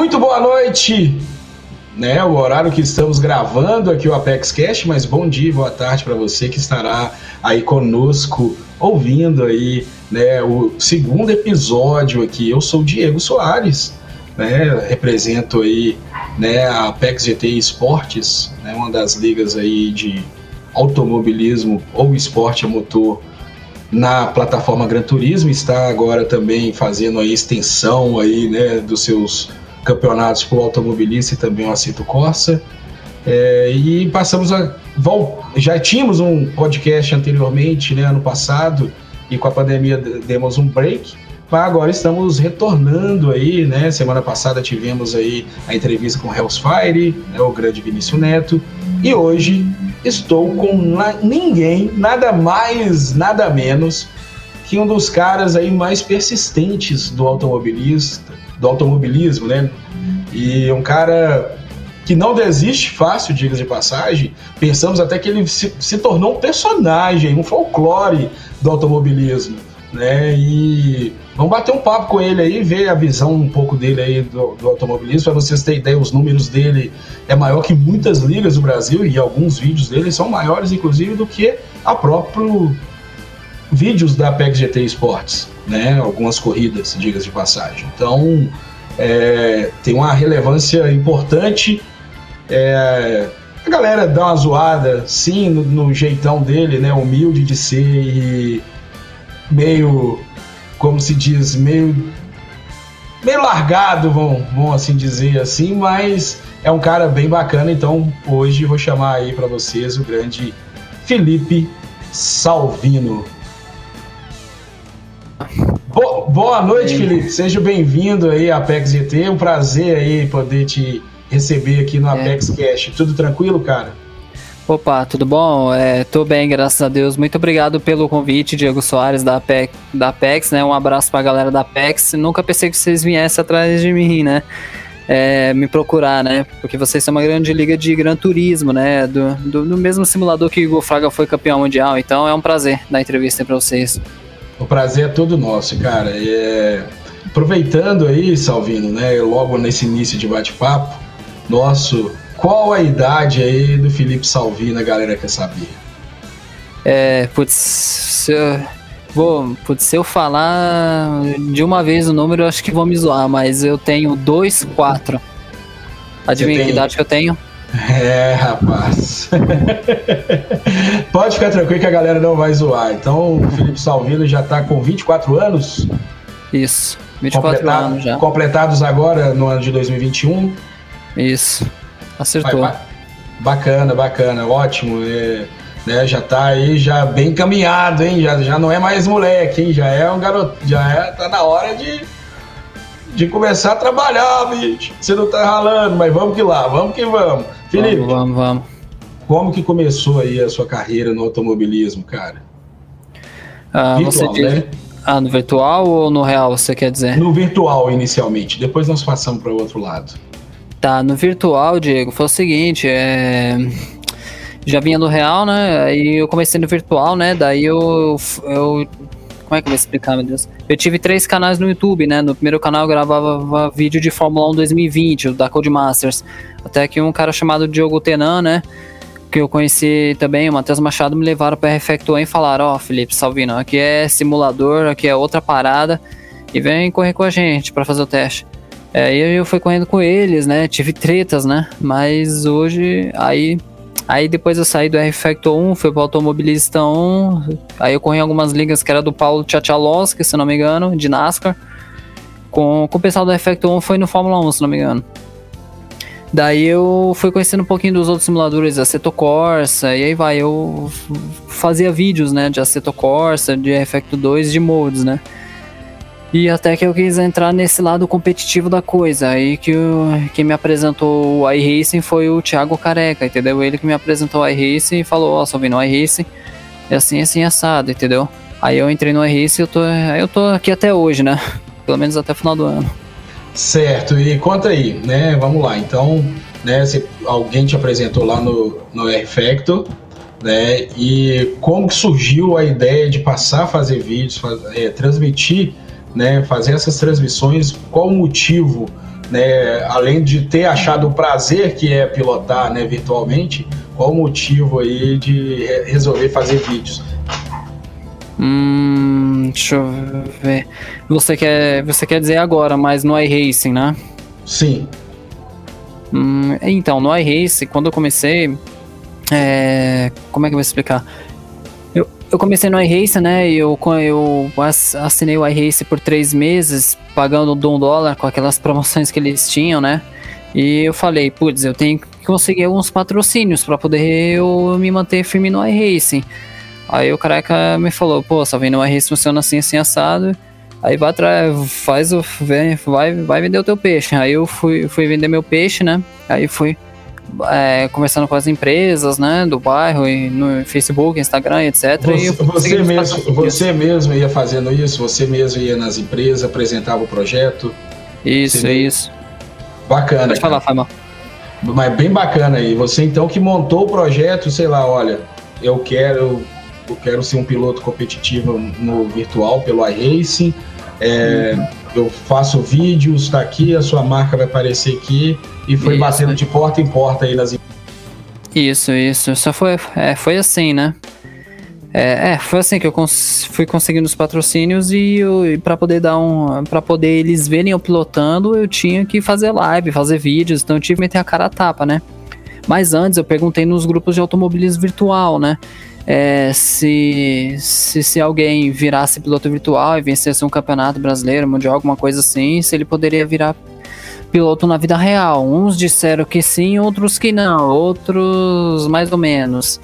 Muito boa noite, né? O horário que estamos gravando aqui o Apex Cash, mas bom dia e boa tarde para você que estará aí conosco ouvindo aí, né, o segundo episódio aqui. Eu sou o Diego Soares, né? Represento aí, né, a Apex GT Esportes, né, uma das ligas aí de automobilismo ou esporte a motor na plataforma Gran Turismo. Está agora também fazendo a extensão aí, né, dos seus campeonatos para o automobilista e também o Assetto Corsa. E passamos já tínhamos um podcast anteriormente, né, ano passado, e com a pandemia demos um break, mas agora estamos retornando aí, né? Semana passada tivemos aí a entrevista com o Hellsfire, né, o grande Vinícius Neto, e hoje estou com ninguém, nada mais, nada menos que um dos caras aí mais persistentes do automobilismo, né? E um cara que não desiste fácil, diga de passagem. Pensamos até que ele se tornou um personagem, um folclore do automobilismo, né? E vamos bater um papo com ele aí, ver a visão um pouco dele aí do automobilismo. Para vocês terem ideia, os números dele é maior que muitas ligas do Brasil, e alguns vídeos dele são maiores, inclusive, do que a própria vídeos da Apex GT Esportes, né? Algumas corridas, diga de passagem. Então, tem uma relevância importante. A galera dá uma zoada, sim, no jeitão dele, né? Humilde de ser e meio, como se diz, meio largado, vamos assim dizer assim, mas é um cara bem bacana. Então hoje vou chamar aí para vocês o grande Felipe Salvino. Boa noite, Felipe, seja bem-vindo aí à Apex GT, é um prazer aí poder te receber aqui no Apex Cash. Tudo tranquilo, cara? Opa, tudo bom? Tô bem, graças a Deus. Muito obrigado pelo convite, Diego Soares, da Apex, né? Um abraço pra galera da Apex. Nunca pensei que vocês viessem atrás de mim, né? Me procurar, né? Porque vocês são uma grande liga de Gran Turismo, né? Do mesmo simulador que o Hugo Fraga foi campeão mundial. Então é um prazer dar entrevista pra vocês. O prazer é todo nosso, cara. Aproveitando aí, Salvino, né? Logo nesse início de bate-papo nosso, qual a idade aí do Felipe Salvino, a galera quer saber? Se eu falar de uma vez o número, eu acho que vou me zoar, mas eu tenho 2,4. Adivinha que idade que eu tenho? Rapaz. Pode ficar tranquilo que a galera não vai zoar. Então, o Felipe Salvino já tá com 24 anos? Isso, 24 anos já. Completados agora no ano de 2021? Isso, acertou. Bacana, ótimo. Né, já tá aí, já bem encaminhado, hein? Já não é mais moleque, hein? Já é um garoto, tá na hora de começar a trabalhar, bicho. Você não tá ralando, mas vamos que lá, vamos que vamos. Felipe, vamos. Como que começou aí a sua carreira no automobilismo, cara? Virtual, né? No virtual ou no real, você quer dizer? No virtual, inicialmente. Depois nós passamos para o outro lado. Tá, no virtual, Diego, foi o seguinte, já vinha no real, né? Aí eu comecei no virtual, né? Daí eu como é que eu vou explicar, meu Deus? Eu tive 3 canais no YouTube, né? No primeiro canal eu gravava vídeo de Fórmula 1 2020, o da Codemasters. Até que um cara chamado Diogo Tenan, né? Que eu conheci também, o Matheus Machado, me levaram para a R-Factor e falaram: Felipe Salvino, aqui é simulador, aqui é outra parada, e vem correr com a gente para fazer o teste. E eu fui correndo com eles, né? Tive tretas, né? Mas hoje, aí depois eu saí do R-Factor 1, fui pro Automobilista 1, aí eu corri em algumas ligas que era do Paulo Tchachalowski, se não me engano, de NASCAR. Com o pessoal do R-Factor 1 foi no Fórmula 1, se não me engano. Daí eu fui conhecendo um pouquinho dos outros simuladores, Assetto Corsa, e aí eu fazia vídeos, né, de Assetto Corsa, de R-Factor 2, de mods, né. E até que eu quis entrar nesse lado competitivo da coisa. Aí quem me apresentou o iRacing foi o Thiago Careca, entendeu? Ele que me apresentou o iRacing e falou: Salvino, o iRacing é assim, assado, entendeu? Aí eu entrei no iRacing e eu tô aqui até hoje, né? Pelo menos até o final do ano. Certo, e conta aí, né? Vamos lá, então, né? Alguém te apresentou lá no R-Factor, né? E como que surgiu a ideia de passar a fazer vídeos, transmitir, né, fazer essas transmissões? Qual o motivo, né, além de ter achado o prazer que é pilotar, né, virtualmente, qual o motivo aí de resolver fazer vídeos? Deixa eu ver. Você quer dizer agora, mas no iRacing, né? Sim. Então, no iRacing, quando eu comecei, como é que eu vou explicar? Eu comecei no iRacing, né? E eu assinei o iRacing por 3 meses, pagando $1 com aquelas promoções que eles tinham, né? E eu falei, putz, eu tenho que conseguir alguns patrocínios para poder eu me manter firme no iRacing. Aí o careca me falou, pô, só vendo o iRacing funciona assim, assim, assado. Aí vai atrás, vai vender o teu peixe. Aí eu fui vender meu peixe, né? Aí fui conversando com as empresas, né, do bairro, e no Facebook, Instagram, etc. Você mesmo ia fazendo isso? Você mesmo ia nas empresas, apresentava o projeto? Isso. Bacana. Pode falar, Fábio. Mas bem bacana aí. Você então que montou o projeto, sei lá, olha, eu quero ser um piloto competitivo no virtual pelo iRacing. Eu faço vídeos, tá aqui, a sua marca vai aparecer aqui, e foi batendo de porta em porta aí nas Isso. Só foi assim, né? Foi assim que eu fui conseguindo os patrocínios e para poder eles verem eu pilotando, eu tinha que fazer live, fazer vídeos, então eu tive que meter a cara a tapa, né? Mas antes eu perguntei nos grupos de automobilismo virtual, né? Se alguém virasse piloto virtual e vencesse um campeonato brasileiro, mundial, alguma coisa assim, se ele poderia virar piloto na vida real. Uns disseram que sim, outros que não, outros mais ou menos.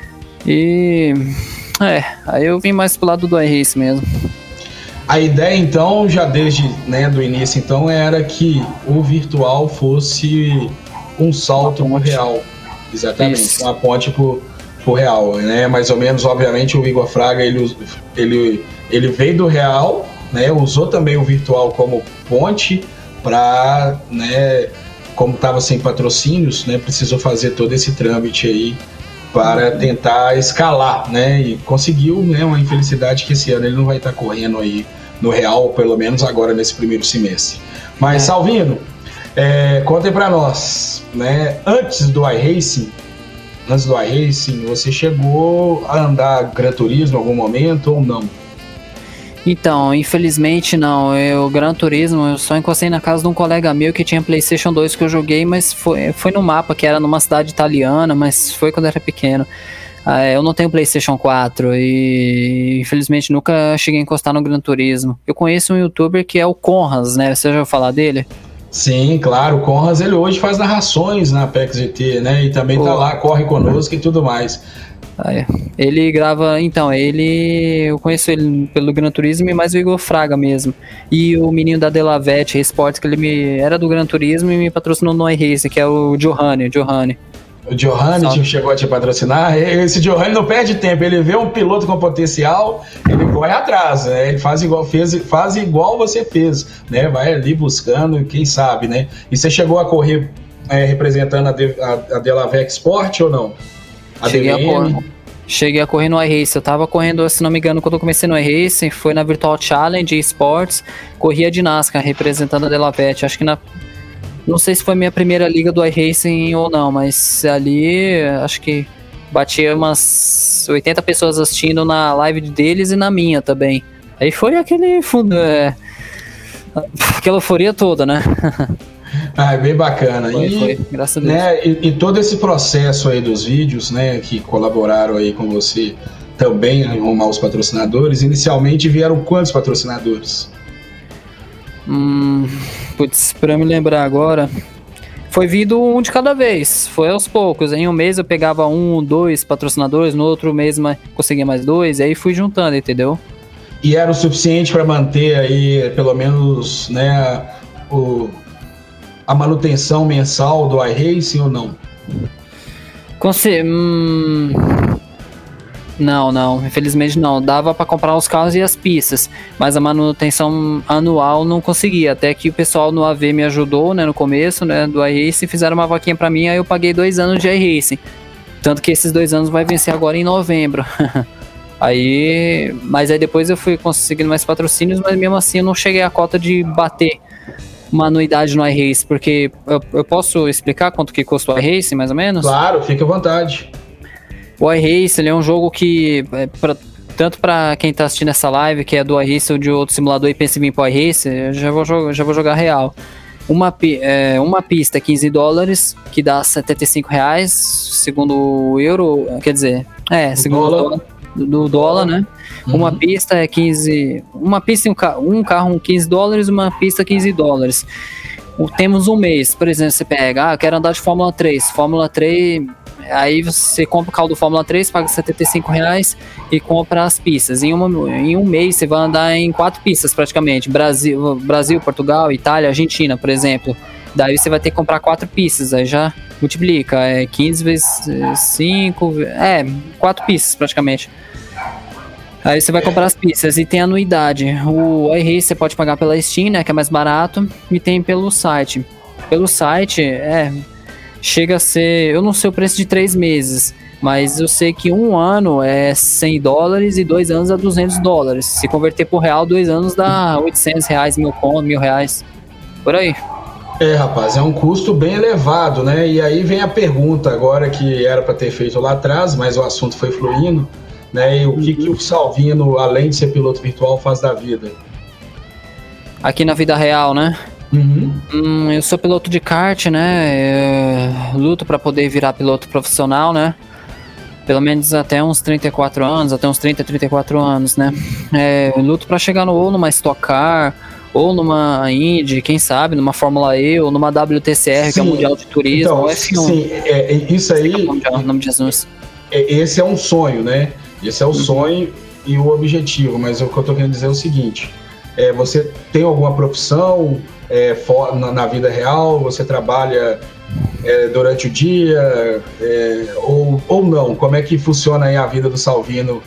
E aí eu vim mais pro lado do iRacing mesmo. A ideia então, já desde, né, do início então, era que o virtual fosse um salto no real. Exatamente, isso. Uma ponte pro real, né? Mais ou menos, obviamente, o Igor Fraga ele veio do real, né? Usou também o virtual como ponte para, né? Como estava sem patrocínios, né? Precisou fazer todo esse trâmite aí para tentar escalar, né? E conseguiu, né? Uma infelicidade que esse ano ele não vai estar correndo aí no real, pelo menos agora nesse primeiro semestre. Mas Salvino, conta aí para nós, né? Antes do iRacing, você chegou a andar Gran Turismo em algum momento ou não? Então, infelizmente não. Gran Turismo, eu só encostei na casa de um colega meu que tinha PlayStation 2 que eu joguei, mas foi no mapa, que era numa cidade italiana, mas foi quando eu era pequeno. Eu não tenho PlayStation 4 e infelizmente nunca cheguei a encostar no Gran Turismo. Eu conheço um youtuber que é o Conras, né? Você já ouviu falar dele? Sim, claro, o Conras ele hoje faz narrações na Apex GT, né? E também tá lá, corre conosco e tudo mais. Ele grava, então, eu conheço ele pelo Gran Turismo e mais o Igor Fraga mesmo. E o menino da Delavete Esportes, que ele era do Gran Turismo e me patrocinou no iRacing, que é o Johanny. O Johanny chegou a te patrocinar. Esse Johanny não perde tempo, ele vê um piloto com potencial, ele corre atrás, né? Ele faz igual você fez, né? Vai ali buscando, quem sabe, né? E você chegou a correr representando a Delavec Sport ou não? Cheguei a correr no iRacing. Eu tava correndo, se não me engano, quando eu comecei no iRacing, foi na Virtual Challenge Esports, corria de NASCAR representando a Delavete. Acho que não sei se foi minha primeira liga do iRacing ou não, mas ali acho que batia umas 80 pessoas assistindo na live deles e na minha também. Aí foi aquele fundo, aquela euforia toda, né? Bem bacana. Foi, graças a Deus. Né, e todo esse processo aí dos vídeos, né, que colaboraram aí com você também a arrumar os patrocinadores, inicialmente vieram quantos patrocinadores? Putz, pra me lembrar agora, foi vindo um de cada vez, foi aos poucos. Em um mês eu pegava 1, 2 patrocinadores, no outro mês conseguia mais 2, e aí fui juntando, entendeu? E era o suficiente para manter aí, pelo menos, né, a manutenção mensal do iRacing ou não? Não, infelizmente não. Dava para comprar os carros e as pistas, mas a manutenção anual não conseguia. Até que o pessoal no AV me ajudou, né, no começo, né, do iRacing, fizeram uma vaquinha para mim, aí eu paguei 2 anos de iRacing. Tanto que esses 2 anos vai vencer agora em novembro. Mas aí depois eu fui conseguindo mais patrocínios, mas mesmo assim eu não cheguei à cota de bater uma anuidade no iRace, porque eu posso explicar quanto que custa o iRace, mais ou menos? Claro, fique à vontade. O iRace, ele é um jogo que, tanto para quem tá assistindo essa live, que é do iRace ou de outro simulador e pensa em vir pro iRace, eu já vou jogar real. Uma pista, $15, que dá R$75, segundo o euro, quer dizer, segundo o dólar, né? Uhum. Uma pista é 15, uma pista e um carro $15, uma pista $15. Temos um mês, por exemplo, você pega, eu quero andar de Fórmula 3, aí você compra o carro do Fórmula 3, paga R$75 e compra as pistas. Em um mês você vai andar em 4 pistas praticamente, Brasil, Portugal, Itália, Argentina, por exemplo. Daí você vai ter que comprar 4 pistas, aí já multiplica, 15 vezes 5, 4 pistas praticamente. Aí você vai comprar as pistas e tem anuidade. O iRace você pode pagar pela Steam, né, que é mais barato, e tem pelo site. Pelo site, chega a ser... Eu não sei o preço de 3 meses, mas eu sei que um ano é $100 e 2 anos é $200. Se converter por real, 2 anos dá R$800, R$1.000, por aí. Rapaz, é um custo bem elevado, né? E aí vem a pergunta agora que era para ter feito lá atrás, mas o assunto foi fluindo, né? E o que o Salvino, além de ser piloto virtual, faz da vida? Aqui na vida real, né? Uhum. Eu sou piloto de kart, né? Eu luto para poder virar piloto profissional, né? Pelo menos até uns 34 anos, até uns 30, 34 anos, né? Eu luto para chegar ou numa Stock Car, ou numa Indy, quem sabe, numa Fórmula E, ou numa WTCR, que é o Mundial de Turismo, então, ou F1. Sim, isso aí... Em nome de Jesus. Esse é um sonho, né? Esse é o sonho e o objetivo, mas o que eu tô querendo dizer é o seguinte, você tem alguma profissão na vida real, você trabalha durante o dia, ou não? Como é que funciona aí a vida do Salvino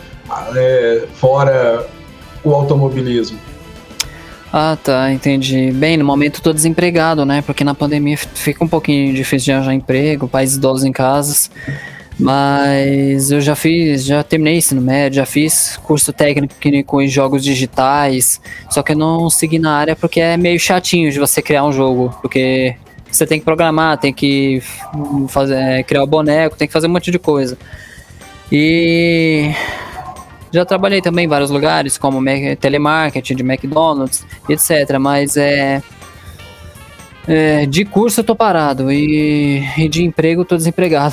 fora o automobilismo? Ah, tá, entendi. Bem, no momento eu tô desempregado, né? Porque na pandemia fica um pouquinho difícil de arranjar emprego, pais idosos em casas. Mas eu já terminei ensino médio, já fiz curso técnico em jogos digitais, só que eu não segui na área porque é meio chatinho de você criar um jogo, porque você tem que programar, tem que criar o boneco, tem que fazer um monte de coisa. E já trabalhei também em vários lugares, como telemarketing de McDonald's, etc. Mas de curso eu tô parado e de emprego eu tô desempregado.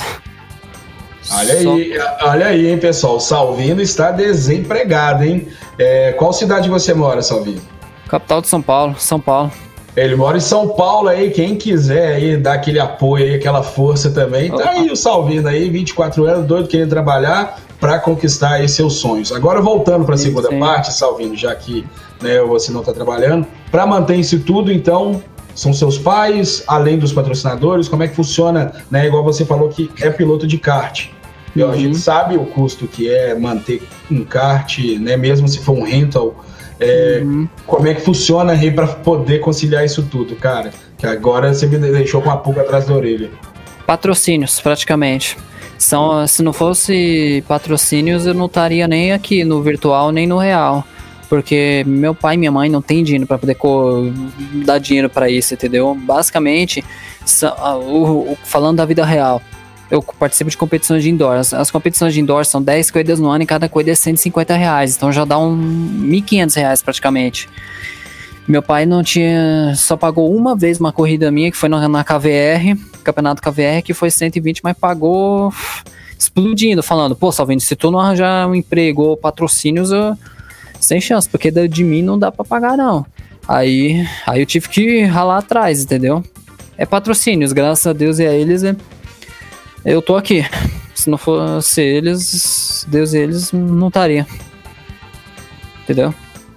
Olha aí, hein, pessoal. O Salvino está desempregado, hein? Qual cidade você mora, Salvino? Capital de São Paulo, São Paulo. Ele mora em São Paulo aí, quem quiser aí dar aquele apoio aí, aquela força também. Tá aí o Salvino aí, 24 anos, doido, querendo trabalhar para conquistar aí seus sonhos. Agora voltando para a segunda parte, Salvino, já que você não está trabalhando, para manter isso tudo, então... São seus pais, além dos patrocinadores, como é que funciona, né? Igual você falou que é piloto de kart. A gente sabe o custo que é manter um kart, né? Mesmo se for um rental. Como é que funciona aí para poder conciliar isso tudo, cara? Que agora você me deixou com a pulga atrás da orelha. Patrocínios, praticamente. Se não fosse patrocínios, eu não estaria nem aqui no virtual, nem no real. Porque meu pai e minha mãe não tem dinheiro para poder dar dinheiro para isso, entendeu? Basicamente, falando da vida real, eu participo de competições de indoor. As competições de indoor são 10 corridas no ano e cada corrida é R$150, então já dá R$1.500 praticamente. Meu pai só pagou uma vez uma corrida minha, que foi na KVR, campeonato KVR, que foi 120, mas pagou explodindo, falando, pô, Salvino, se tu não arranjar um emprego ou patrocínios, sem chance, porque de mim não dá pra pagar, não. Aí eu tive que ralar atrás, entendeu? É patrocínios, graças a Deus e a eles, eu tô aqui. Se não fosse eles, Deus e eles, não estaria. Entendeu?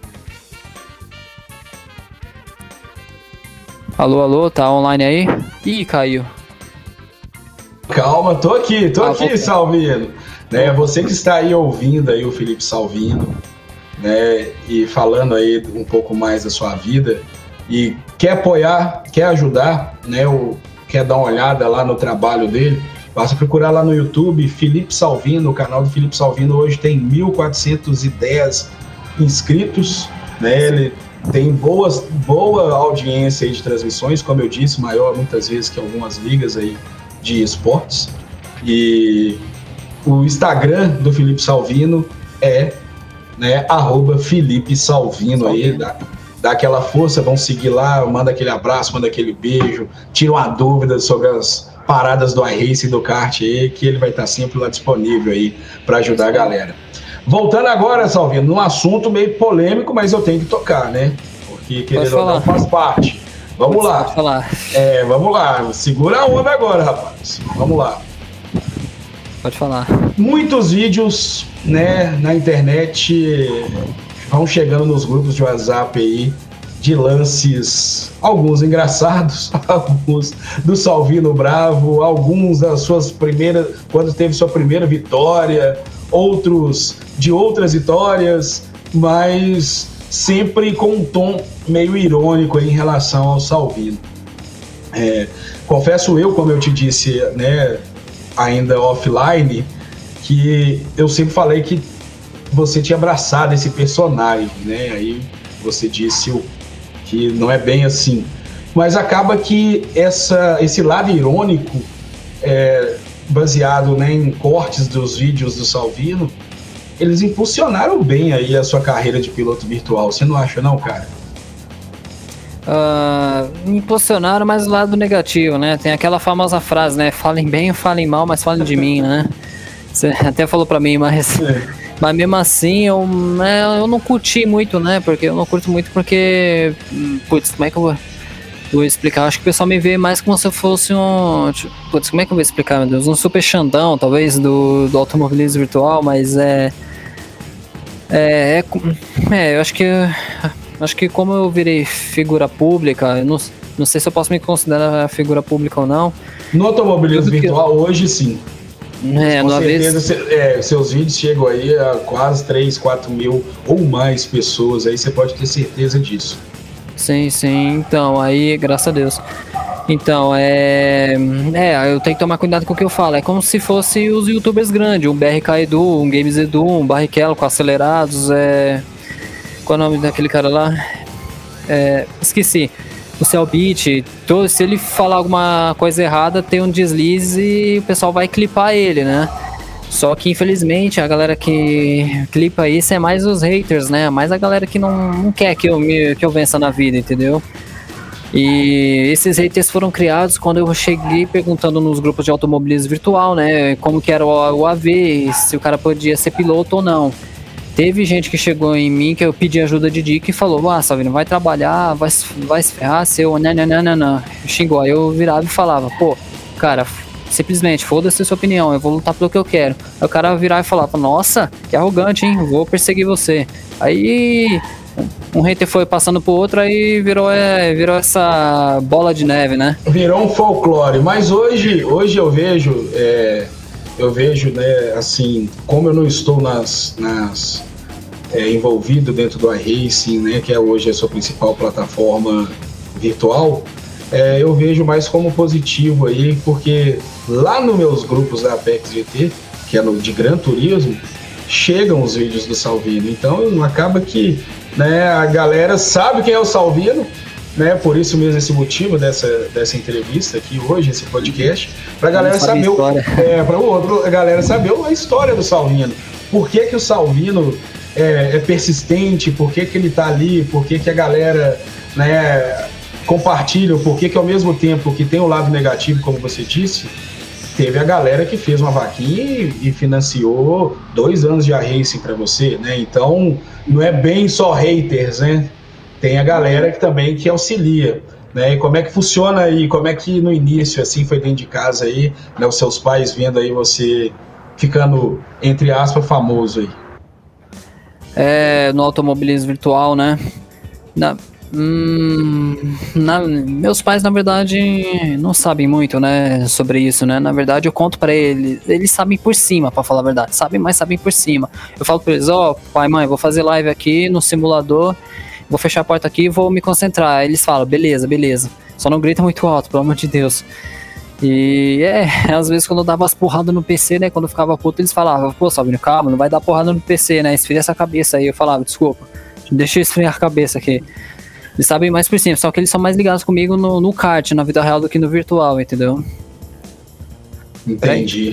Alô, tá online aí? Ih, caiu. Calma, tô aqui, Salvino. Você que está aí ouvindo aí o Felipe Salvino, né, e falando aí um pouco mais da sua vida e quer apoiar, quer ajudar, né, ou quer dar uma olhada lá no trabalho dele, basta procurar lá no YouTube Felipe Salvino. O canal do Felipe Salvino hoje tem 1.410 inscritos, né, ele tem boa audiência aí de transmissões, como eu disse, maior muitas vezes que algumas ligas aí de esportes. E o Instagram do Felipe Salvino é, né, @Felipe Salvino aí, dá aquela força, vão seguir lá, manda aquele abraço, manda aquele beijo, tira uma dúvida sobre as paradas do iRacing e do kart aí, que ele vai estar sempre lá disponível aí para ajudar a galera. Voltando agora, Salvino, num assunto meio polêmico, mas eu tenho que tocar, né? Porque querendo ou não faz parte. Vamos lá. Pode falar. Vamos lá. Segura a onda agora, rapaz. Vamos lá. Pode falar. Muitos vídeos, né, na internet vão chegando nos grupos de WhatsApp aí de lances, alguns engraçados, alguns do Salvino bravo, alguns das suas primeiras, quando teve sua primeira vitória, outros de outras vitórias, mas sempre com um tom meio irônico aí em relação ao Salvino. Confesso eu, como eu te disse, né, ainda offline, que eu sempre falei que você tinha abraçado esse personagem, né? Aí você disse que não é bem assim. Mas acaba que esse lado irônico, baseado, né, em cortes dos vídeos do Salvino, eles impulsionaram bem aí a sua carreira de piloto virtual. Você não acha não, cara? Impulsionaram, mas o lado negativo, né? Tem aquela famosa frase, né? Falem bem ou falem mal, mas falem de mim, né? Você até falou pra mim, mas mesmo assim eu não curti muito, né? Porque eu não curto muito porque... Putz, como é que eu vou explicar? Acho que o pessoal me vê mais como se fosse um... Putz, como é que eu vou explicar, meu Deus? Um super Xandão, talvez, do automobilismo virtual, mas eu acho que como eu virei figura pública, eu não sei se eu posso me considerar figura pública ou não. No automobilismo virtual, hoje sim. Com certeza, seus vídeos chegam aí a quase 3, 4 mil ou mais pessoas, aí você pode ter certeza disso. Sim, então, aí, graças a Deus. Então, eu tenho que tomar cuidado com o que eu falo. É como se fosse os youtubers grandes, um BRK Edu, um Games Edu, um Barrichello com acelerados, qual é o nome daquele cara lá? Esqueci. O Cellbit, se ele falar alguma coisa errada, tem um deslize e o pessoal vai clipar ele, né? Só que, infelizmente, a galera que clipa isso é mais os haters, né? Mais a galera que não quer que eu vença na vida, entendeu? E esses haters foram criados quando eu cheguei perguntando nos grupos de automobilismo virtual, né? Como que era o AV, se o cara podia ser piloto ou não. Teve gente que chegou em mim que eu pedi ajuda de dica e falou: Salvino, vai trabalhar, vai se ferrar, não. Xingou. Aí eu virava e falava: pô, cara, simplesmente foda-se a sua opinião, eu vou lutar pelo que eu quero. Aí o cara virava e falava: nossa, que arrogante, hein, vou perseguir você. Aí um hater foi passando pro outro, aí virou essa bola de neve, né? Virou um folclore, mas hoje eu vejo, né, assim, como eu não estou envolvido dentro do iRacing, né, que é hoje a sua principal plataforma virtual, eu vejo mais como positivo aí, porque lá nos meus grupos da Apex GT, que é de Gran Turismo, chegam os vídeos do Salvino, então acaba que, né, a galera sabe quem é o Salvino, né, por isso mesmo esse motivo dessa entrevista aqui hoje, esse podcast, pra galera saber a galera saber a história do Salvino, por que o Salvino é persistente, por que ele tá ali, por que a galera, né, compartilha, por que ao mesmo tempo que tem o lado negativo, como você disse, teve a galera que fez uma vaquinha e financiou 2 anos de iRacing para você, né? Então não é bem só haters, né? Tem a galera que auxilia, né? E como é que funciona aí? Como é que no início assim foi dentro de casa aí, né? Os seus pais vendo aí você ficando, entre aspas, famoso aí? No automobilismo virtual, né? Meus pais, na verdade, não sabem muito, né, sobre isso, né? Na verdade, eu conto pra eles sabem por cima, pra falar a verdade, mas sabem por cima. Eu falo pra eles: pai, mãe, vou fazer live aqui no simulador, vou fechar a porta aqui e vou me concentrar. Aí eles falam: beleza, só não grita muito alto, pelo amor de Deus. E às vezes quando eu dava as porradas no PC, né, quando eu ficava puto, eles falavam: pô, Salvino, calma, não vai dar porrada no PC, né, esfria essa cabeça aí. Eu falava: desculpa, deixa eu esfriar a cabeça aqui. Eles sabem mais por cima, só que eles são mais ligados comigo no kart, na vida real, do que no virtual, entendeu? Entendi,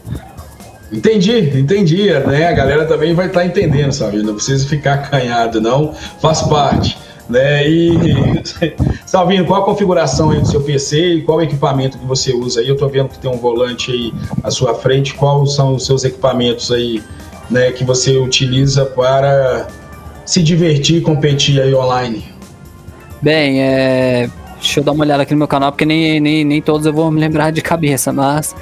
né? A galera também vai estar entendendo, sabe? Não precisa ficar acanhado, não. Faz parte, né? E, Salvinho, qual a configuração aí do seu PC e qual o equipamento que você usa aí? Eu tô vendo que tem um volante aí à sua frente. Quais são os seus equipamentos aí, né, que você utiliza para se divertir e competir aí online? Bem, deixa eu dar uma olhada aqui no meu canal, porque nem todos eu vou me lembrar de cabeça, mas...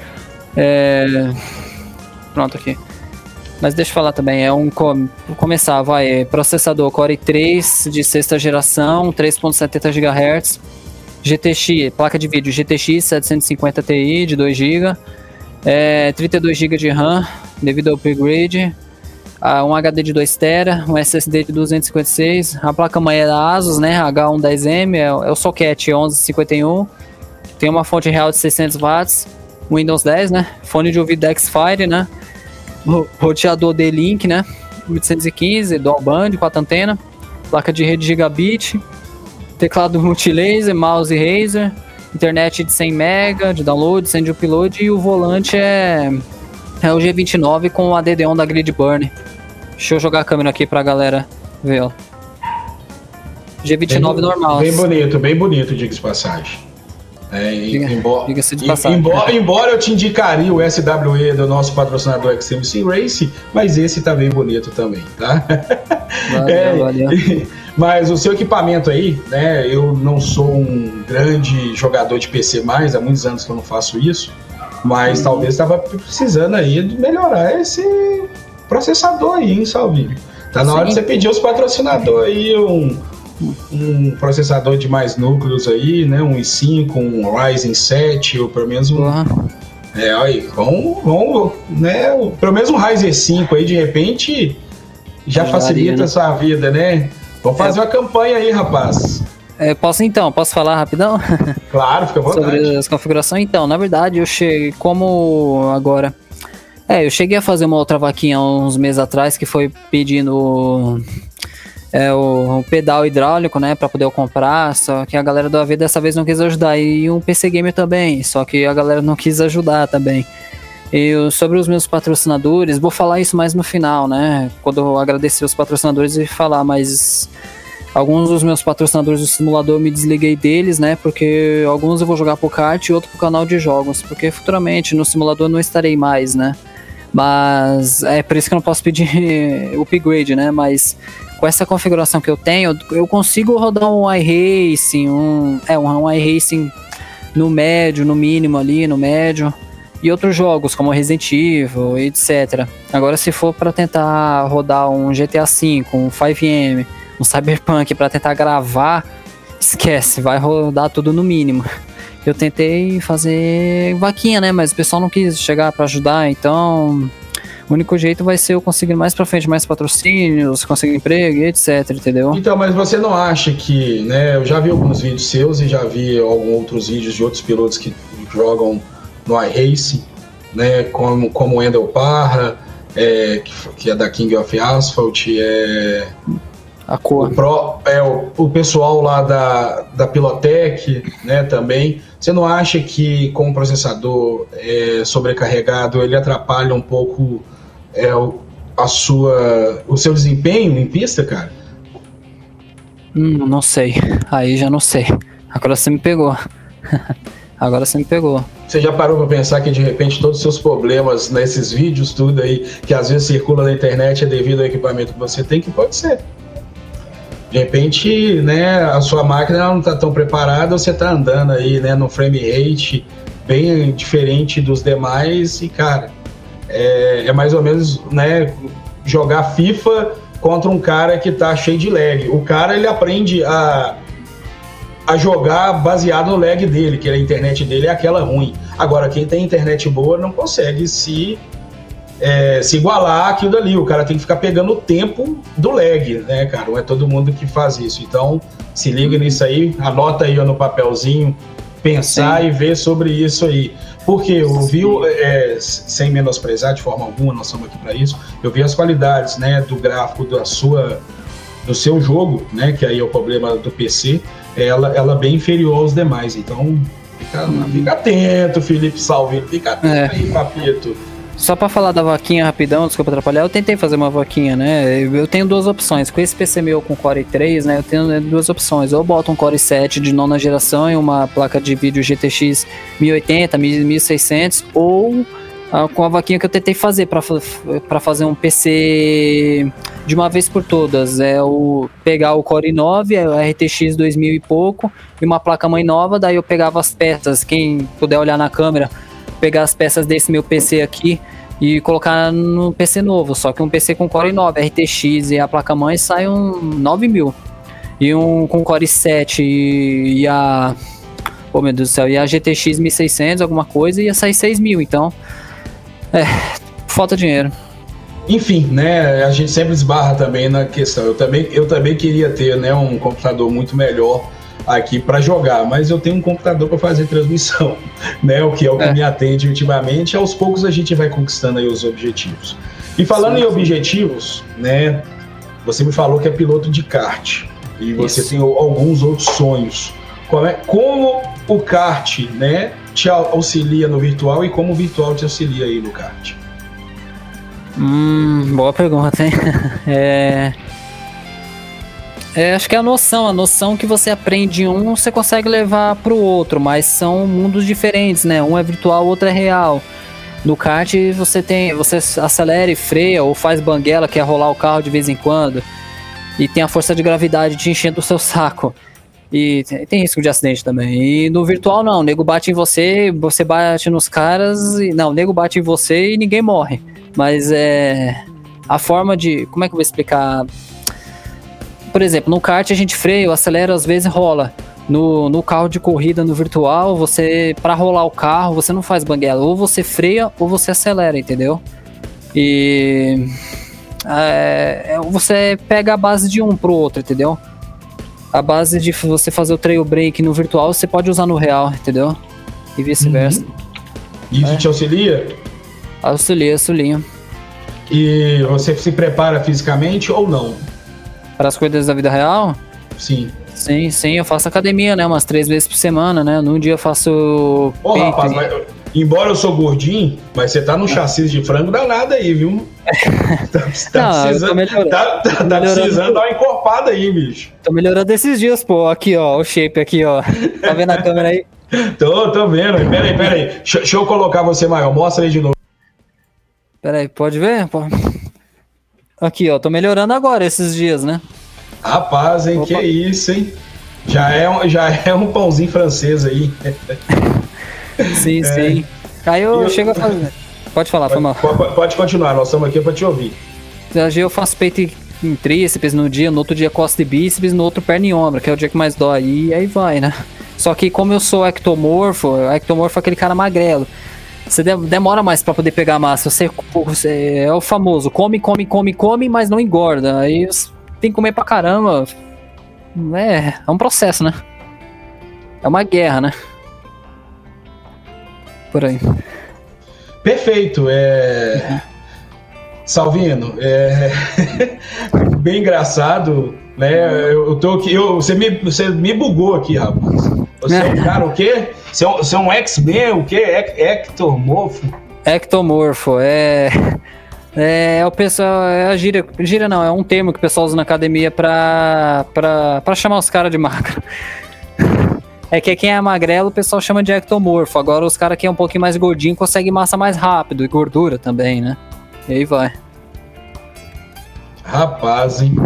Pronto, aqui. Mas deixa eu falar também, vou começar, processador Core i3 de 6ª geração, 3.70 GHz, GTX, placa de vídeo GTX 750 Ti de 2 GB, 32 GB de RAM devido ao upgrade, um HD de 2 TB, um SSD de 256, a placa-mãe é da Asus, né, H110M, é o socket 1151, tem uma fonte real de 600 watts, Windows 10, né, fone de ouvido Xfire, né, roteador D-Link, né, 815, dual band, 4 antenas, placa de rede Gigabit, teclado multilaser, mouse Razer, internet de 100 MB de download, 100 de upload, e o volante é o G29 com o ADD-ON da Gridburn. Deixa eu jogar a câmera aqui pra galera ver, ó. G29 normal. Bem bonito, diga-se de passagem. Diga-se de passagem. Embora eu te indicaria o SWE do nosso patrocinador XMC Race, mas esse tá bem bonito também, tá? Valeu. Mas o seu equipamento aí, né? Eu não sou um grande jogador de PC mais, há muitos anos que eu não faço isso, mas talvez estava precisando aí de melhorar esse processador aí, hein, Salvinho? Tá na hora de você pedir aos patrocinadores aí um processador de mais núcleos aí, né? Um i5, um Ryzen 7, ou pelo menos um... aí, vamos, né? Pelo menos um Ryzen 5 aí, de repente, já facilita a sua vida, né? Vamos fazer uma campanha aí, rapaz. Posso falar rapidão? Claro, fica à vontade. Sobre as configurações. Então, na verdade, eu cheguei a fazer uma outra vaquinha uns meses atrás, que foi pedindo o pedal hidráulico, né, pra poder eu comprar, só que a galera do AV dessa vez não quis ajudar, e um PC Gamer também, só que a galera não quis ajudar também. Sobre os meus patrocinadores, vou falar isso mais no final, né, quando eu agradecer os patrocinadores e falar, mas alguns dos meus patrocinadores do simulador eu me desliguei deles, né, porque alguns eu vou jogar pro kart e outro pro canal de jogos, porque futuramente no simulador eu não estarei mais, né, mas é por isso que eu não posso pedir upgrade, né, mas com essa configuração que eu tenho, eu consigo rodar um iRacing, um iRacing no médio, no mínimo ali, no médio, e outros jogos como Resident Evil, etc. Agora, se for para tentar rodar um GTA V, um 5M, um Cyberpunk para tentar gravar, esquece, vai rodar tudo no mínimo. Eu tentei fazer vaquinha, né, mas o pessoal não quis chegar para ajudar, então o único jeito vai ser eu conseguir mais pra frente, mais patrocínios, conseguir emprego, etc, entendeu? Então, mas você não acha que, né, eu já vi alguns vídeos seus e já vi alguns outros vídeos de outros pilotos que jogam no iRacing, né, como o Wendel Parra, que é da King of Asphalt, a cor. O pessoal lá da Pilotec, né, também. Você não acha que com o processador sobrecarregado ele atrapalha um pouco o seu desempenho em pista, cara? Não sei. Aí já não sei. Agora você me pegou. Você já parou pra pensar que de repente todos os seus problemas nesses vídeos, tudo aí, que às vezes circula na internet é devido ao equipamento que você tem, que pode ser? De repente, né, a sua máquina não está tão preparada, você está andando aí, né, no frame rate bem diferente dos demais e, cara, é mais ou menos, né, jogar FIFA contra um cara que tá cheio de lag. O cara, ele aprende a jogar baseado no lag dele, que a internet dele é aquela ruim. Agora, quem tem internet boa não consegue se igualar aquilo dali. O cara tem que ficar pegando o tempo do lag, né, cara? Não é todo mundo que faz isso. Então, se liga nisso aí, anota aí no papelzinho, pensar e ver sobre isso aí. Porque eu vi, sem menosprezar de forma alguma, nós estamos aqui para isso, eu vi as qualidades, né, do gráfico da sua no seu jogo, né, que aí é o problema do PC, ela bem inferior aos demais. Então, fica atento, Felipe Salvino, fica atento aí, papito. Só pra falar da vaquinha rapidão, desculpa atrapalhar, eu tentei fazer uma vaquinha, né? Eu tenho duas opções. Com esse PC meu com Core i3, né? Eu tenho duas opções. Ou eu boto um Core i7 de nona geração e uma placa de vídeo GTX 1080, 1600, ou com a vaquinha que eu tentei fazer pra fazer um PC de uma vez por todas. Pegar o Core i9, a RTX 2000 e pouco, e uma placa-mãe nova, daí eu pegava as peças, quem puder olhar na câmera, pegar as peças desse meu PC aqui e colocar no PC novo, só que um PC com Core i9, RTX e a placa-mãe sai um 9.000, e um com Core i7 e a meu Deus do céu, e a GTX 1600 alguma coisa, ia sair 6.000, então falta dinheiro. Enfim, né, a gente sempre esbarra também na questão, eu também queria ter, né, um computador muito melhor aqui para jogar, mas eu tenho um computador para fazer transmissão, né? O que me atende ultimamente. Aos poucos a gente vai conquistando aí os objetivos. E falando em objetivos, né? Você me falou que é piloto de kart e você tem alguns outros sonhos. Como o kart, né, te auxilia no virtual e como o virtual te auxilia aí no kart? Boa pergunta, hein? Acho que é a noção que você aprende em um, você consegue levar para o outro, mas são mundos diferentes, né? Um é virtual, o outro é real. No kart você acelera e freia, ou faz banguela, que é rolar o carro de vez em quando, e tem a força de gravidade te enchendo o seu saco. E tem risco de acidente também. E no virtual não, o nego bate em você, você bate nos caras, o nego bate em você e ninguém morre. Mas a forma de... Como é que eu vou explicar? Por exemplo, no kart a gente freia, acelera, às vezes rola. No carro de corrida, no virtual, para rolar o carro, você não faz banguela. Ou você freia ou você acelera, entendeu? E você pega a base de um pro outro, entendeu? A base de você fazer o trail break no virtual, você pode usar no real, entendeu? E vice-versa. Isso te auxilia? Auxilia. E você se prepara fisicamente ou não? Para as coisas da vida real? Sim. Sim, eu faço academia, né? Umas 3 vezes por semana, né? Num dia eu faço... Rapaz, embora eu sou gordinho, mas você tá no chassi de frango danado aí, viu? Tá precisando dar uma encorpada aí, bicho. Tô melhorando esses dias, pô. Aqui, ó, o shape aqui, ó. Tá vendo a câmera aí? Tô vendo. Pera aí. Deixa eu colocar você maior. Mostra aí de novo. Pera aí, pode ver? Aqui, ó. Tô melhorando agora esses dias, né? Rapaz, hein? Opa. Que isso, hein? Já é um pãozinho francês aí. Sim. Aí eu chego a fazer. Pode falar, foi mal. Pode continuar, nós estamos aqui para te ouvir. Hoje eu faço peito em tríceps no dia, no outro dia costa e bíceps, no outro perna e ombro, que é o dia que mais dói. E aí vai, né? Só que como eu sou ectomorfo é aquele cara magrelo. Você demora mais para poder pegar a massa. Você é o famoso, come, mas não engorda. Aí tem que comer pra caramba. É um processo, né? É uma guerra, né? Por aí. Perfeito. Salvino, bem engraçado, né? Eu tô aqui, você me bugou aqui, rapaz. Você é um cara o quê? Você é um X-Men, o quê? Ectomorfo? Ectomorfo, o pessoal, a gíria não, é um termo que o pessoal usa na academia pra chamar os caras de magro. É que quem é magrelo o pessoal chama de ectomorfo. Agora os caras que é um pouquinho mais gordinho conseguem massa mais rápido e gordura também, né? E aí vai. Rapaz, hein?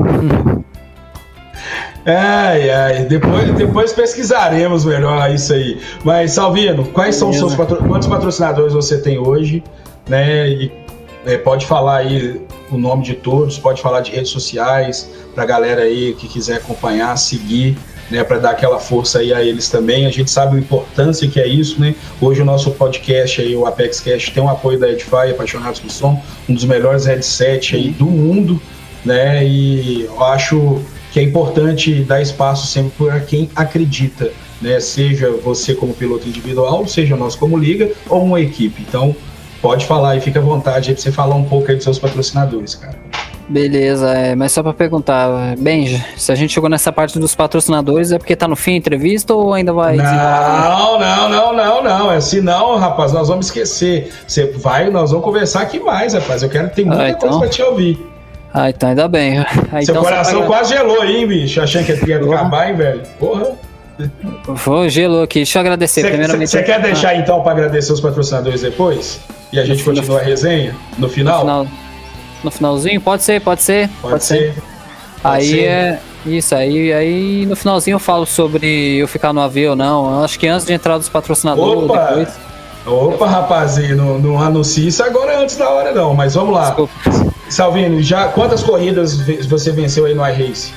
Ai, depois pesquisaremos melhor isso aí. Mas, Salvino, quais são os seus quantos patrocinadores você tem hoje, né? E pode falar aí o nome de todos, pode falar de redes sociais pra galera aí que quiser acompanhar, seguir, né, para dar aquela força aí a eles também. A gente sabe a importância que é isso, né? Hoje o nosso podcast aí, o Apex Cash, tem o apoio da Edify, Apaixonados por Som, um dos melhores headsets aí do mundo, né? E eu acho que é importante dar espaço sempre para quem acredita, né? Seja você como piloto individual, seja nós como liga ou uma equipe. Então, pode falar e fica à vontade aí para você falar um pouco aí dos seus patrocinadores, cara. Beleza, mas só pra perguntar, Benja, se a gente chegou nessa parte dos patrocinadores, é porque tá no fim a entrevista ou ainda vai desenrolar? Não. É assim não, rapaz, nós vamos esquecer. Você vai, nós vamos conversar aqui mais, rapaz. Eu quero ter muita coisa pra te ouvir. Então ainda bem. Seu então, coração quase gelou aí, hein, bicho? Achei que ia acabar, hein, velho? Porra. Gelou aqui. Deixa eu agradecer. Primeiramente. Você quer deixar então pra agradecer os patrocinadores depois? E a gente continua a resenha no final? No finalzinho? Pode ser. Aí é isso, aí no finalzinho eu falo sobre eu ficar no avião ou não. Eu acho que antes de entrar dos patrocinadores. Opa, rapazinho, não anuncie isso agora antes da hora não, mas vamos lá. Desculpa. Salvino, já quantas corridas você venceu aí no iRace?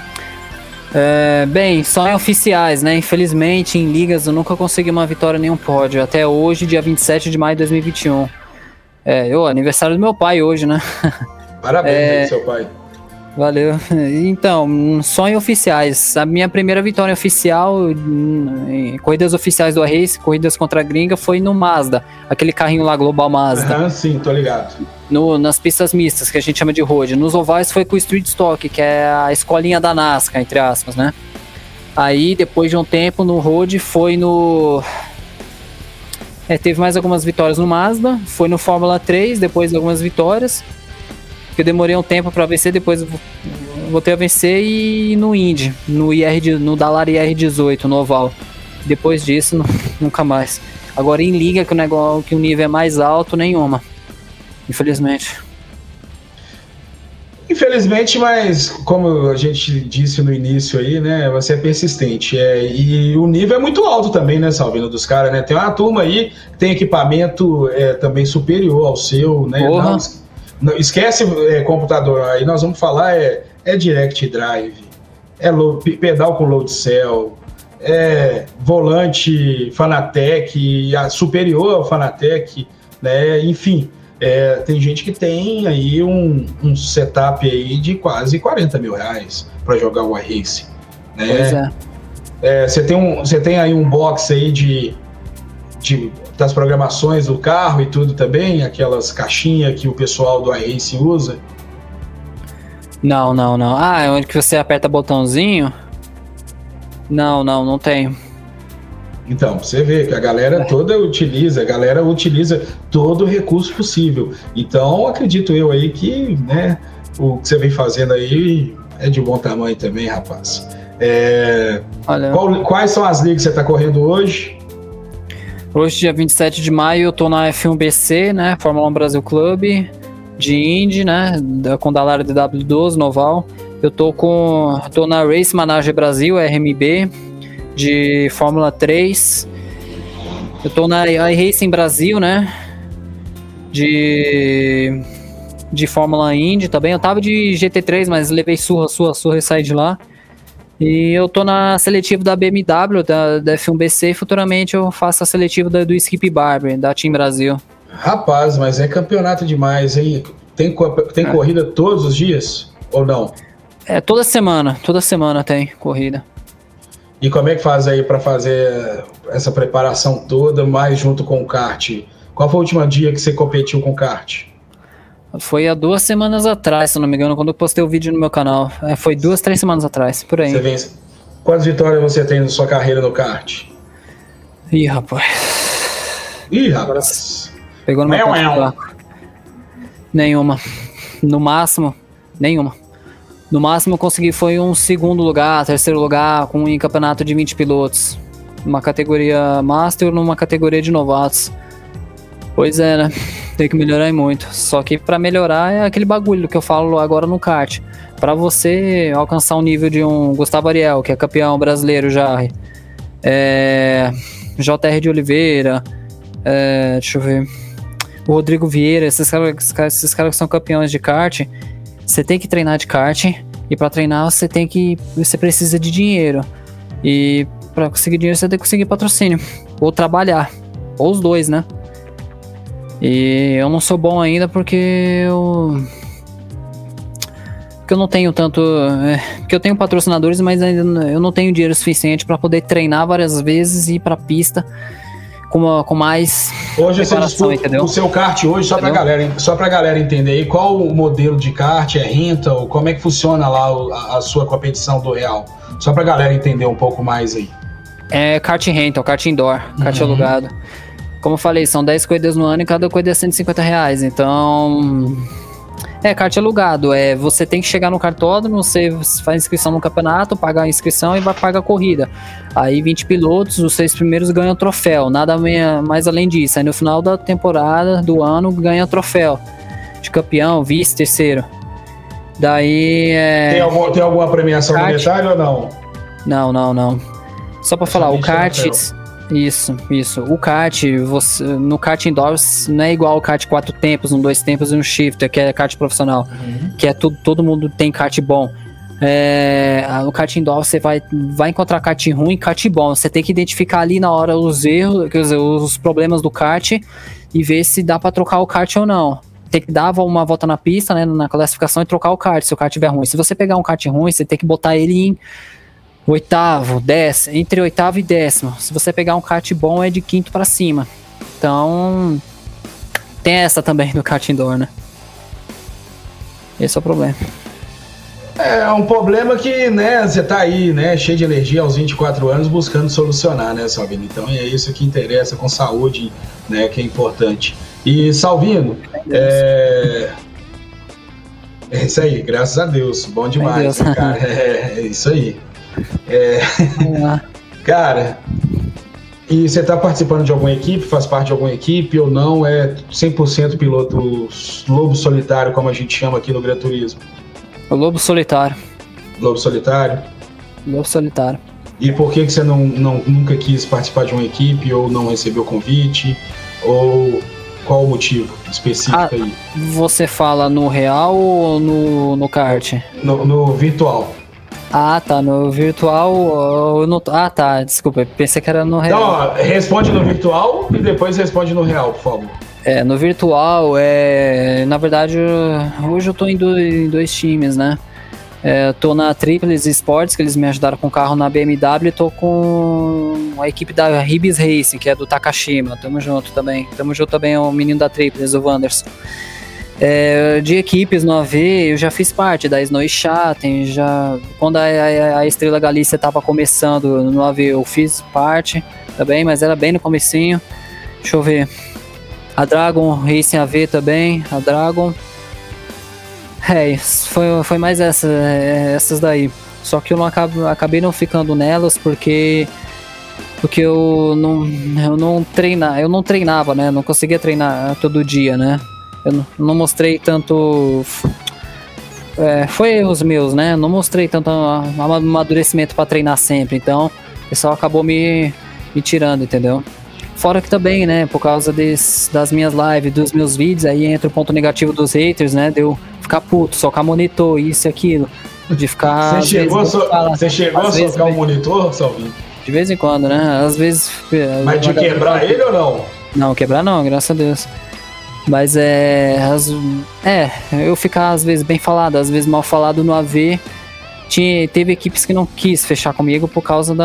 Bem, só em oficiais, né? Infelizmente, em ligas eu nunca consegui uma vitória nem um pódio. Até hoje, dia 27 de maio de 2021. Aniversário do meu pai hoje, né? Parabéns aí, seu pai. Valeu. Então, só em oficiais. A minha primeira vitória oficial em corridas oficiais do iRace, corridas contra a gringa, foi no Mazda. Aquele carrinho lá, Global Mazda. Sim, tô ligado. Nas pistas mistas, que a gente chama de road. Nos ovais foi com o Street Stock, que é a escolinha da NASCAR, entre aspas, né? Aí, depois de um tempo, no road, foi no... teve mais algumas vitórias no Mazda. Foi no Fórmula 3, depois de algumas vitórias. Que eu demorei um tempo para vencer, depois voltei a vencer e no Indy, no Dallara IR18, no oval. Depois disso, nunca mais. Agora em liga, que o nível é mais alto, nenhuma. Infelizmente. Infelizmente, mas como a gente disse no início aí, né, você é persistente. E o nível é muito alto também, né, Salvino, dos caras, né? Tem uma turma aí que tem equipamento também superior ao seu, né? Não, esquece computador, aí nós vamos falar Direct Drive, pedal com load cell, volante Fanatec, superior ao Fanatec, né? Enfim, tem gente que tem aí um setup aí de quase 40 mil reais para jogar o iRace, né? Você tem aí um box aí das programações do carro e tudo também, aquelas caixinhas que o pessoal do iRace usa? Não. É onde que você aperta botãozinho? Não tenho. Então, você vê que a galera toda utiliza todo o recurso possível. Então, acredito eu aí que, né, o que você vem fazendo aí é de bom tamanho também, rapaz. Quais são as ligas que você está correndo hoje? Hoje, dia 27 de maio, eu tô na F1BC, né? Fórmula 1 Brasil Club, de Indy, né? Com Dallara DW12, no oval. Eu tô na Race Manager Brasil, RMB, de Fórmula 3. Eu tô na iRacing Brasil, né? De Fórmula Indy também. Eu tava de GT3, mas levei surra e saí de lá. E eu tô na seletiva da BMW, da F1BC, e futuramente eu faço a seletiva do Skip Barber, da Team Brasil. Rapaz, mas é campeonato demais, hein? Tem corrida todos os dias ou não? Toda semana tem corrida. E como é que faz aí para fazer essa preparação toda, mais junto com o kart? Qual foi o último dia que você competiu com o kart? Foi há 2 semanas atrás, se não me engano, quando eu postei o vídeo no meu canal. Foi 2, 3 semanas atrás, por aí. Quantas vitórias você tem na sua carreira no kart? Ih, rapaz. Pegou no meu ponto. Nenhuma. No máximo, nenhuma. No máximo eu consegui foi um 2º lugar, 3º lugar, em campeonato de 20 pilotos. Numa categoria Master, numa categoria de novatos. Pois é, né? Tem que melhorar muito. Só que pra melhorar é aquele bagulho que eu falo agora no kart. Pra você alcançar o nível de um Gustavo Ariel, que é campeão brasileiro já. JR de Oliveira. Deixa eu ver. O Rodrigo Vieira. Esses caras que são campeões de kart. Você tem que treinar de kart. E pra treinar você precisa de dinheiro. E pra conseguir dinheiro você tem que conseguir patrocínio. Ou trabalhar. Ou os dois, né? E eu não sou bom ainda porque eu não tenho tanto... porque eu tenho patrocinadores, mas ainda eu não tenho dinheiro suficiente para poder treinar várias vezes e ir pra pista com mais hoje você preparação, entendeu? O seu kart hoje, só pra galera entender aí, qual o modelo de kart, é rental, como é que funciona lá a sua competição do Real? Só pra galera entender um pouco mais aí. É kart rental, kart indoor, kart alugado. Como eu falei, são 10 corridas no ano e cada corrida é R$150, então... kart alugado, você tem que chegar no cartódromo, você faz inscrição no campeonato, paga a inscrição e vai pagar a corrida. Aí 20 pilotos, os 6 primeiros ganham troféu, nada mais além disso. Aí no final da temporada, do ano, ganha troféu de campeão, vice, terceiro. Daí Tem alguma premiação monetária ou não? Não. Só pra falar, o kart... Isso. O kart, no kart indoor não é igual o kart 4 tempos, 2 tempos e um shifter, que é kart profissional, que é todo mundo tem kart bom. No kart indoor você vai encontrar kart ruim e kart bom. Você tem que identificar ali na hora os erros, quer dizer, os problemas do kart e ver se dá pra trocar o kart ou não. Tem que dar uma volta na pista, né, na classificação e trocar o kart, se o kart estiver ruim. Se você pegar um kart ruim, você tem que botar ele em oitavo, décimo, entre oitavo e décimo. Se você pegar um kart bom, é de quinto pra cima. Então, tem essa também no kart indoor, né? Esse é o problema. É um problema que, né, você tá aí, né, cheio de energia aos 24 anos buscando solucionar, né, Salvino? Então é isso que interessa, com saúde, né, que é importante. E, Salvino, é isso aí, graças a Deus, bom demais, né, cara? É isso aí. Cara, e você tá participando de alguma equipe, faz parte de alguma equipe ou não? É 100% piloto lobo solitário, como a gente chama aqui no Gran Turismo? O lobo solitário. Lobo solitário? Lobo solitário. E por que você nunca quis participar de uma equipe ou não recebeu convite? Ou qual o motivo específico aí? Você fala no real ou no kart? No virtual. Ah, tá, no virtual... tá, desculpa, pensei que era no real. Então, responde no virtual e depois responde no real, por favor. No virtual, na verdade, hoje eu tô em dois times, né? Tô na Triples Sports, que eles me ajudaram com o carro na BMW, e tô com a equipe da Ribis Racing, que é do Takashima. Tamo junto também o menino da Triples, o Wanderson. De equipes no AV, eu já fiz parte da Snow Chatten, quando a Estrela Galícia tava começando no AV, eu fiz parte também, mas era bem no comecinho. Deixa eu ver. A Dragon Racing AV também, a Dragon. Foi mais essas daí. Só que eu acabei não ficando nelas porque eu não treinava, né? Não conseguia treinar todo dia, né? Eu não mostrei tanto... foi erros meus, né? Não mostrei tanto amadurecimento para treinar sempre. Então, o pessoal acabou me tirando, entendeu? Fora que também, né? Por causa das minhas lives, dos meus vídeos, aí entra o ponto negativo dos haters, né? De eu ficar puto, socar monitor, isso e aquilo. De ficar... Você chegou a socar o monitor, Salvinho? De vez em quando, né? Às vezes... Mas de quebrar ele ou não? Não, quebrar não, graças a Deus. Mas eu ficar às vezes bem falado, às vezes mal falado no AV. Teve equipes que não quis fechar comigo por causa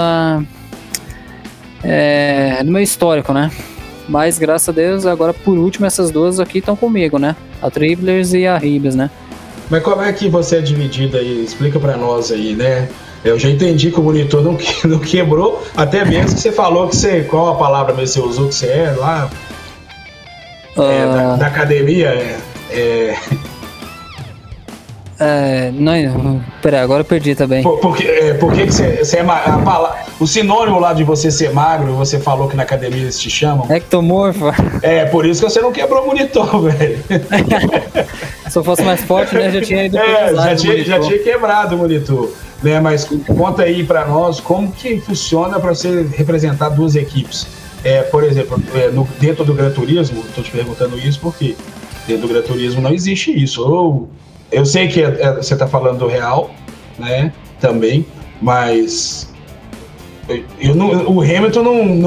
do meu histórico, né? Mas graças a Deus, agora por último essas duas aqui estão comigo, né? A Triplers e a Ribas, né? Mas como é que você é dividido aí? Explica pra nós aí, né? Eu já entendi que o monitor não quebrou, até mesmo que você falou que qual a palavra mesmo você usou que você é lá? Da academia, não, peraí, agora eu perdi também. Por que você é o sinônimo lá de você ser magro, você falou que na academia eles te chamam? Ectomorfo. Por isso que você não quebrou o monitor, velho. Se eu fosse mais forte, né, já tinha ido já tinha quebrado o monitor. Né, mas conta aí pra nós como que funciona pra você representar duas equipes. Por exemplo, dentro do Gran Turismo, estou te perguntando isso porque dentro do Gran Turismo não existe isso. Eu sei que você está falando do Real, né? Também, mas o Hamilton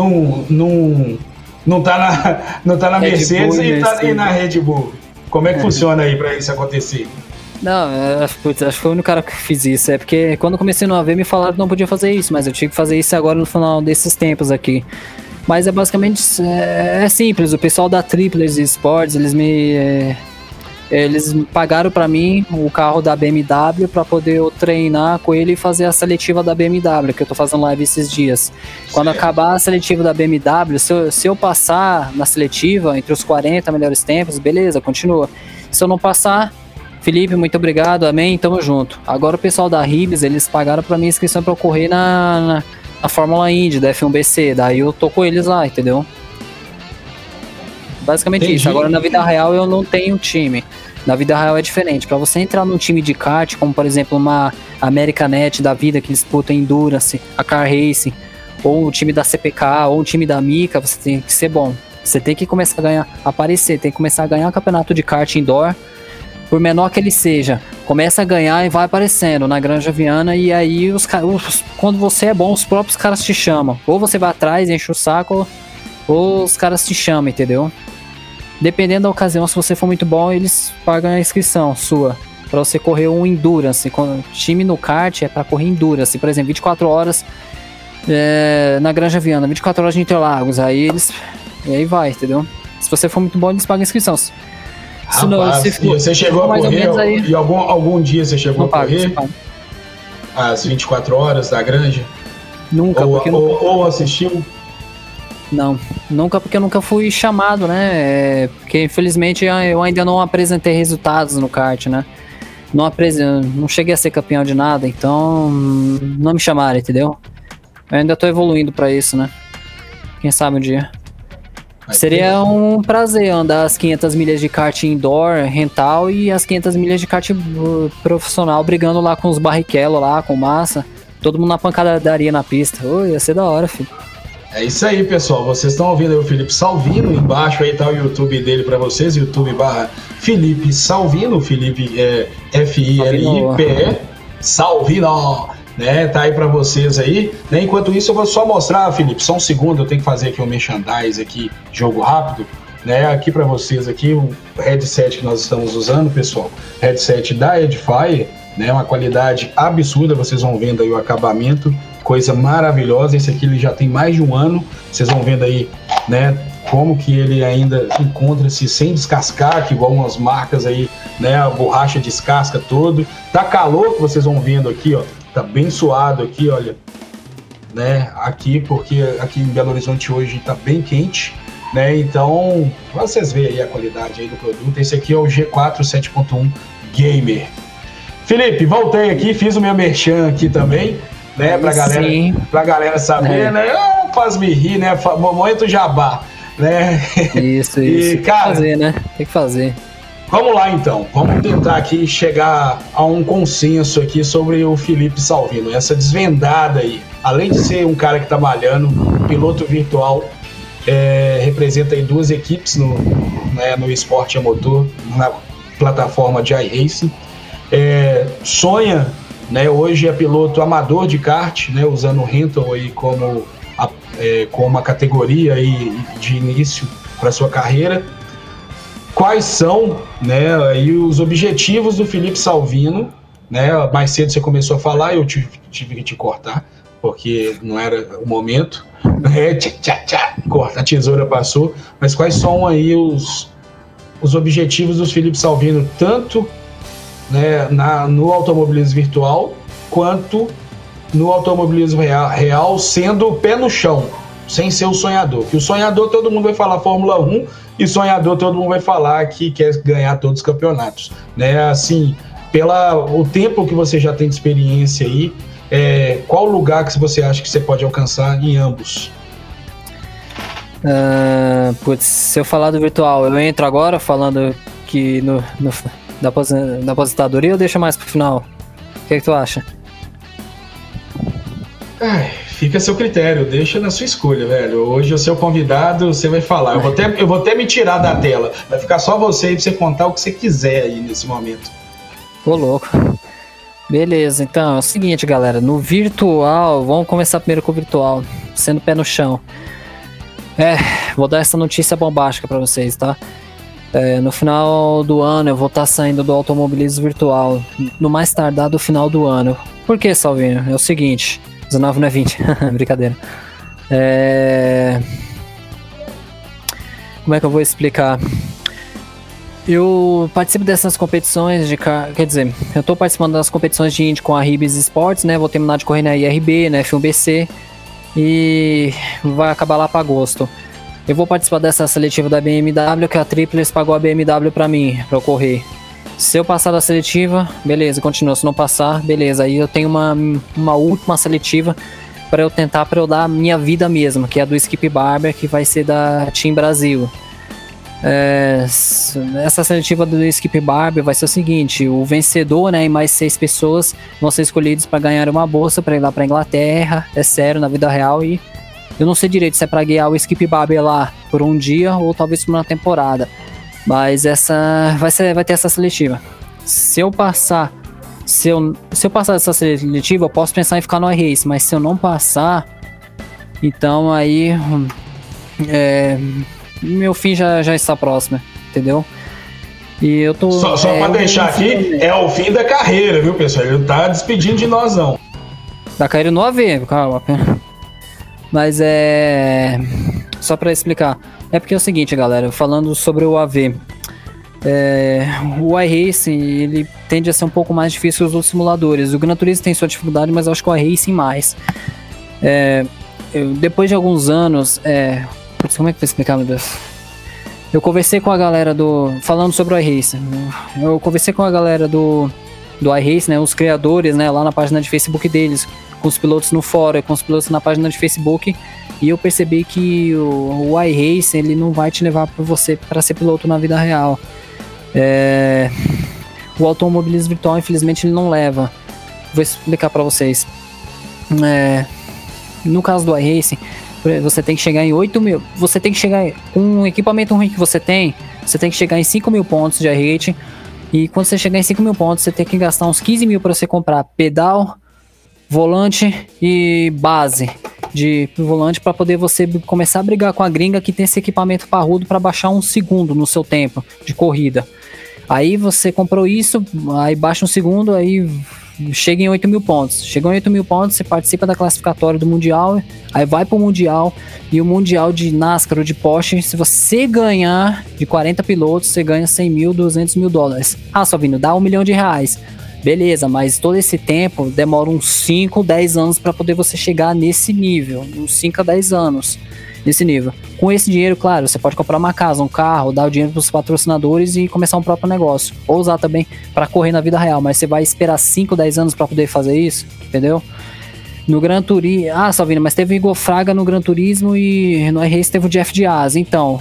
não tá na Mercedes e na Red Bull. Como é que funciona aí para isso acontecer? Não, acho que foi o único cara que fiz isso. É porque quando eu comecei no AV me falaram que não podia fazer isso, mas eu tinha que fazer isso agora no final desses tempos aqui. Mas é basicamente é simples. O pessoal da Triplers Sports, eles pagaram pra mim o carro da BMW pra poder eu treinar com ele e fazer a seletiva da BMW, que eu tô fazendo live esses dias. Quando acabar a seletiva da BMW, se eu passar na seletiva entre os 40 melhores tempos, beleza, continua. Se eu não passar, Felipe, muito obrigado, amém, tamo junto. Agora o pessoal da Ribs, eles pagaram pra mim a inscrição pra eu correr na Fórmula Indy, da F1BC, daí eu tô com eles lá, entendeu? Basicamente Entendi. isso. Agora na vida real eu não tenho time. Na vida real é diferente. Para você entrar num time de kart, como por exemplo uma Americanet da vida que disputa Endurance, a Car Racing, ou o time da CPK, ou o time da Mica, você tem que ser bom. Você tem que começar a ganhar, aparecer, tem que começar a ganhar campeonato de kart indoor, por menor que ele seja. Começa a ganhar e vai aparecendo na Granja Viana, e aí quando você é bom, os próprios caras te chamam. Ou você vai atrás, enche o saco, ou os caras te chamam, entendeu? Dependendo da ocasião, se você for muito bom, eles pagam a inscrição sua pra você correr um Endurance. Time no kart é pra correr Endurance. Por exemplo, 24 horas na Granja Viana, 24 horas de Interlagos. E aí vai, entendeu? Se você for muito bom, eles pagam a inscrição. Rapaz, você chegou a correr aí... e algum dia você chegou a correr às 24 horas da Granja? Nunca. Ou assistiu? Não, nunca, porque eu nunca fui chamado, né? Porque infelizmente eu ainda não apresentei resultados no kart, né? Não cheguei a ser campeão de nada, então não me chamaram, entendeu? Eu ainda tô evoluindo pra isso, né? Quem sabe um dia. Seria um prazer andar as 500 milhas de kart indoor, rental, e as 500 milhas de kart profissional, brigando lá com os barrichellos lá, com massa. Todo mundo na pancadaria na pista. Ia ser da hora, filho. É isso aí, pessoal. Vocês estão ouvindo aí o Felipe Salvino. Embaixo aí tá o YouTube dele para vocês. YouTube/Felipe Salvino. Felipe Filipe Salvino. Né? Tá aí para vocês aí. Né? Enquanto isso, eu vou só mostrar, Felipe, só um segundo. Eu tenho que fazer aqui um merchandise aqui, jogo rápido. Né? Aqui para vocês aqui, o headset que nós estamos usando, pessoal. Headset da Edifier. Né? Uma qualidade absurda. Vocês vão vendo aí o acabamento. Coisa maravilhosa. Esse aqui ele já tem mais de um ano. Vocês vão vendo aí, né, como que ele ainda encontra-se sem descascar, que igual umas marcas aí, né, a borracha descasca todo. Tá calor, que vocês vão vendo aqui, ó. Tá bem suado aqui, olha. Né, aqui, porque aqui em Belo Horizonte hoje tá bem quente, né? Então, vocês veem aí a qualidade aí do produto. Esse aqui é o G4 7.1 Gamer. Felipe, voltei aqui, fiz o meu merchan aqui também, né, pra galera saber, né? Faz-me rir, né? Momento jabá, né? Isso. E, cara, tem que fazer, né? Tem que fazer. Vamos lá, então. Vamos tentar aqui chegar a um consenso aqui sobre o Felipe Salvino. Essa desvendada aí. Além de ser um cara que tá malhando, piloto virtual, representa aí 2 equipes no esporte a motor, na plataforma de iRacing. Sonha, né, hoje é piloto amador de kart, né, usando o rental aí como uma categoria aí de início para sua carreira. Quais são, né, aí os objetivos do Felipe Salvino, né? Mais cedo você começou a falar, eu tive que te cortar, porque não era o momento, né? Corta, a tesoura passou. Mas quais são aí os objetivos do Felipe Salvino, tanto, né, no automobilismo virtual quanto no automobilismo real, sendo o pé no chão, sem ser o sonhador? Que o sonhador todo mundo vai falar Fórmula 1, e sonhador todo mundo vai falar que quer ganhar todos os campeonatos, né? Assim, o tempo que você já tem de experiência aí, qual lugar que você acha que você pode alcançar em ambos? Se eu falar do virtual, eu entro agora falando que da aposentadoria, ou deixa mais pro final? O que tu acha? Fica a seu critério, deixa na sua escolha, velho. Hoje o seu convidado, você vai falar. Eu vou até me tirar da tela. Vai ficar só você aí pra você contar o que você quiser aí nesse momento. Ô, louco. Beleza, então é o seguinte, galera. No virtual, vamos começar primeiro com o virtual, sendo pé no chão. Vou dar essa notícia bombástica pra vocês, tá? No final do ano eu vou estar saindo do automobilismo virtual, no mais tardar do final do ano. Por que, Salvinho? É o seguinte, 19 não é 20, brincadeira. Como é que eu vou explicar? Eu participo dessas competições quer dizer, eu tô participando das competições de Indy com a Ribs Sports, né? Vou terminar de correr na IRB, na F1BC e vai acabar lá para agosto. Eu vou participar dessa seletiva da BMW, que a Triplers pagou a BMW para mim, para eu correr. Se eu passar da seletiva, beleza, continua. Se não passar, beleza. Aí eu tenho uma última seletiva para eu dar a minha vida mesmo, que é a do Skip Barber, que vai ser da Team Brasil. Essa seletiva do Skip Barber vai ser o seguinte: o vencedor, né, e mais 6 pessoas vão ser escolhidos para ganhar uma bolsa para ir lá para Inglaterra, é sério, na vida real. E eu não sei direito se é para guiar o Skip Barber lá por um dia ou talvez por uma temporada, mas essa vai ter essa seletiva. Se eu passar dessa seletiva, eu posso pensar em ficar no iRace, mas se eu não passar, então aí meu fim já está próximo, entendeu? E eu tô... Só pra deixar aqui, é o fim da carreira, viu, pessoal? Ele não tá despedindo de nós, não. Da carreira no AV, calma. Mas só pra explicar. É porque é o seguinte, galera, falando sobre o AV. O iRacing, ele tende a ser um pouco mais difícil que os outros simuladores. O Gran Turismo tem sua dificuldade, mas eu acho que o iRacing mais. Depois de alguns anos... como é que eu vou explicar, meu Deus? Eu conversei com a galera falando sobre o iRacing. Eu conversei com a galera do iRacing, né? Os criadores, né? Lá na página de Facebook deles, com os pilotos no fórum, com os pilotos na página de Facebook. E eu percebi que o iRacing, ele não vai te levar para você para ser piloto na vida real. O automobilismo virtual, infelizmente, ele não leva. Vou explicar para vocês. No caso do iRacing, você tem que chegar em 8 mil. Você tem que chegar com um equipamento ruim que você tem que chegar em 5 mil pontos de iRacing. E quando você chegar em 5 mil pontos, você tem que gastar uns 15 mil para você comprar pedal, volante e base de volante, para poder você começar a brigar com a gringa que tem esse equipamento parrudo para baixar 1 segundo no seu tempo de corrida. Aí você comprou isso, aí baixa 1 segundo, aí chega em 8 mil pontos. Chegou em 8 mil pontos, você participa da classificatória do Mundial, aí vai pro Mundial, e o Mundial de NASCAR ou de Porsche, se você ganhar de 40 pilotos, você ganha 100 mil, 200 mil dólares. Ah, Salvino, dá R$1 milhão. Beleza, mas todo esse tempo demora uns 5, 10 anos para poder você chegar nesse nível, uns 5 a 10 anos nesse nível. Com esse dinheiro, claro, você pode comprar uma casa, um carro, dar o dinheiro para os patrocinadores e começar um próprio negócio, ou usar também para correr na vida real, mas você vai esperar 5, 10 anos para poder fazer isso, entendeu? No Gran Turismo, Salvino, mas teve o Igor Fraga no Gran Turismo e no iRace teve o Jeff Diaz. Então,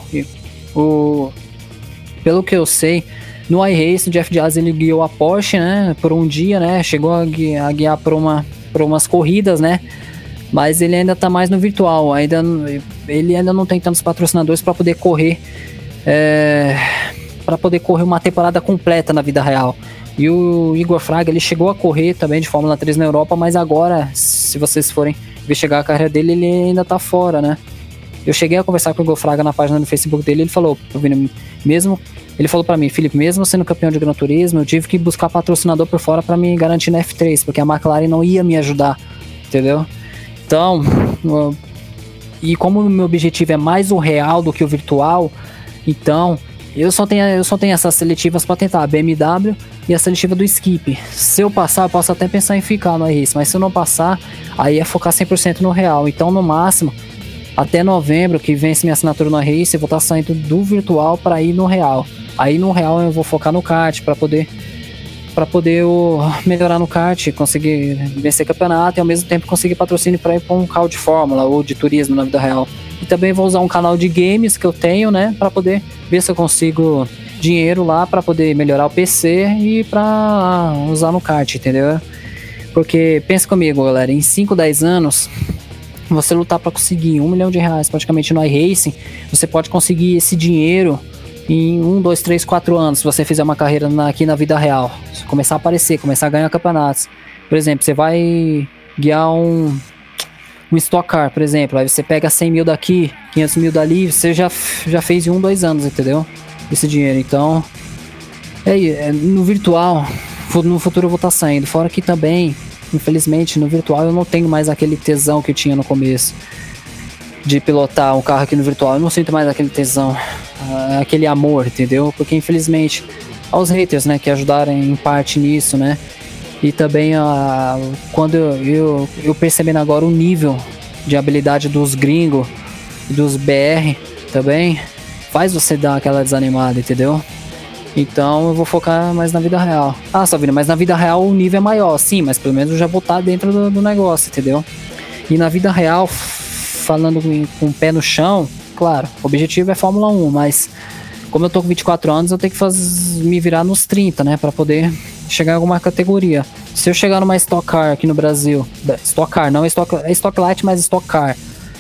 pelo que eu sei, no iRace, o Jeff Diaz, ele guiou a Porsche, né, por um dia, né, chegou a guiar por umas corridas, né, mas ele ainda tá mais no virtual, ele ainda não tem tantos patrocinadores para poder correr uma temporada completa na vida real. E o Igor Fraga, ele chegou a correr também de Fórmula 3 na Europa, mas agora, se vocês forem ver chegar a carreira dele, ele ainda tá fora, né. Eu cheguei a conversar com o Igor Fraga na página do Facebook dele, ele falou pra mim, Felipe, mesmo sendo campeão de Gran Turismo, eu tive que buscar patrocinador por fora para me garantir na F3, porque a McLaren não ia me ajudar, entendeu? Então, e como o meu objetivo é mais o real do que o virtual, então eu só tenho essas seletivas para tentar, a BMW e a seletiva do Skip. Se eu passar, eu posso até pensar em ficar no iRace, mas se eu não passar, aí é focar 100% no real. Então, no máximo, até novembro, que vence minha assinatura no iRace, eu vou estar saindo do virtual para ir no real. Aí no real eu vou focar no kart para poder melhorar no kart, conseguir vencer campeonato e ao mesmo tempo conseguir patrocínio para ir para um carro de fórmula ou de turismo na vida real. E também vou usar um canal de games que eu tenho, né, para poder ver se eu consigo dinheiro lá para poder melhorar o PC e para usar no kart, entendeu? Porque pensa comigo, galera, em 5, 10 anos você lutar para conseguir R$1 milhão praticamente no iRacing, você pode conseguir esse dinheiro em 1, 2, 3, 4 anos, se você fizer uma carreira aqui na vida real, começar a aparecer, começar a ganhar campeonatos. Por exemplo, você vai guiar um Stock Car, por exemplo, aí você pega 100 mil daqui, 500 mil dali, você já fez em 1, 2 anos, entendeu? Esse dinheiro, então no virtual, no futuro eu vou estar saindo, fora que também, infelizmente, no virtual eu não tenho mais aquele tesão que eu tinha no começo de pilotar um carro aqui no virtual, eu não sinto mais aquele tesão. aquele amor, entendeu? Porque infelizmente aos haters, né, que ajudaram em parte nisso, né? E também quando eu percebendo agora o nível de habilidade dos gringos, dos BR também, faz você dar aquela desanimada, entendeu? Então eu vou focar mais na vida real. Ah, Salvino, mas na vida real o nível é maior, sim, mas pelo menos eu já vou estar dentro do negócio, entendeu? E na vida real, falando com o pé no chão, claro, o objetivo é Fórmula 1, mas como eu tô com 24 anos, eu tenho que me virar nos 30, né, pra poder chegar em alguma categoria. Se eu chegar numa Stock Car aqui no Brasil, Stock Car, não é Stock Light, mas Stock Car,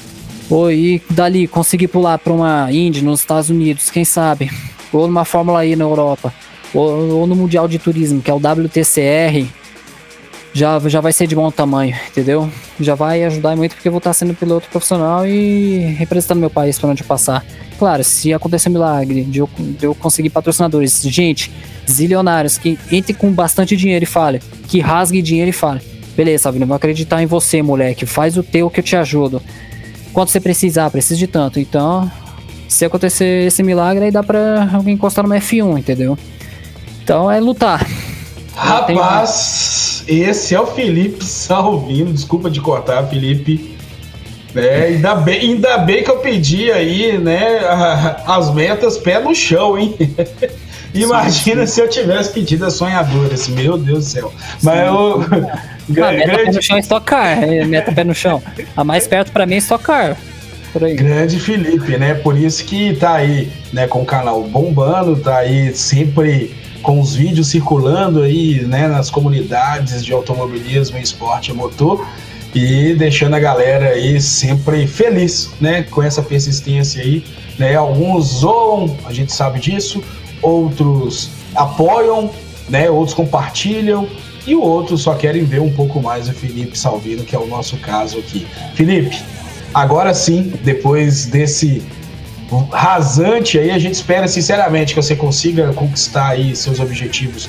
e dali conseguir pular pra uma Indy nos Estados Unidos, quem sabe, ou numa Fórmula E na Europa, ou no Mundial de Turismo, que é o WTCR, já vai ser de bom tamanho, entendeu? Já vai ajudar muito, porque eu vou estar sendo piloto profissional e representando meu país para onde eu passar. Claro, se acontecer um milagre de eu conseguir patrocinadores, gente, zilionários, que entre com bastante dinheiro e fale, que rasgue dinheiro e fale, beleza, Salvino, eu vou acreditar em você, moleque, faz o teu que eu te ajudo. Quanto você precisar, preciso de tanto. Então, se acontecer esse milagre, aí dá pra alguém encostar numa F1, entendeu? Então é lutar. Rapaz, esse é o Felipe Salvino, desculpa de cortar, Felipe. Ainda bem que eu pedi aí, né, as metas pé no chão, hein? Imagina se eu tivesse pedido as sonhadoras, meu Deus do céu. Mas eu... meta pé no chão é Stock Car, meta pé no chão. A mais perto pra mim é Stock Car. Por aí. Grande Felipe, né? Por isso que tá aí, né, com o canal bombando, tá aí sempre com os vídeos circulando aí, né, nas comunidades de automobilismo e esporte a motor, e deixando a galera aí sempre feliz, né, com essa persistência aí, né? Alguns zoam, a gente sabe disso, outros apoiam, né, outros compartilham, e outros só querem ver um pouco mais o Felipe Salvino, que é o nosso caso aqui. Felipe, agora sim, depois desse rasante aí, a gente espera sinceramente que você consiga conquistar aí seus objetivos,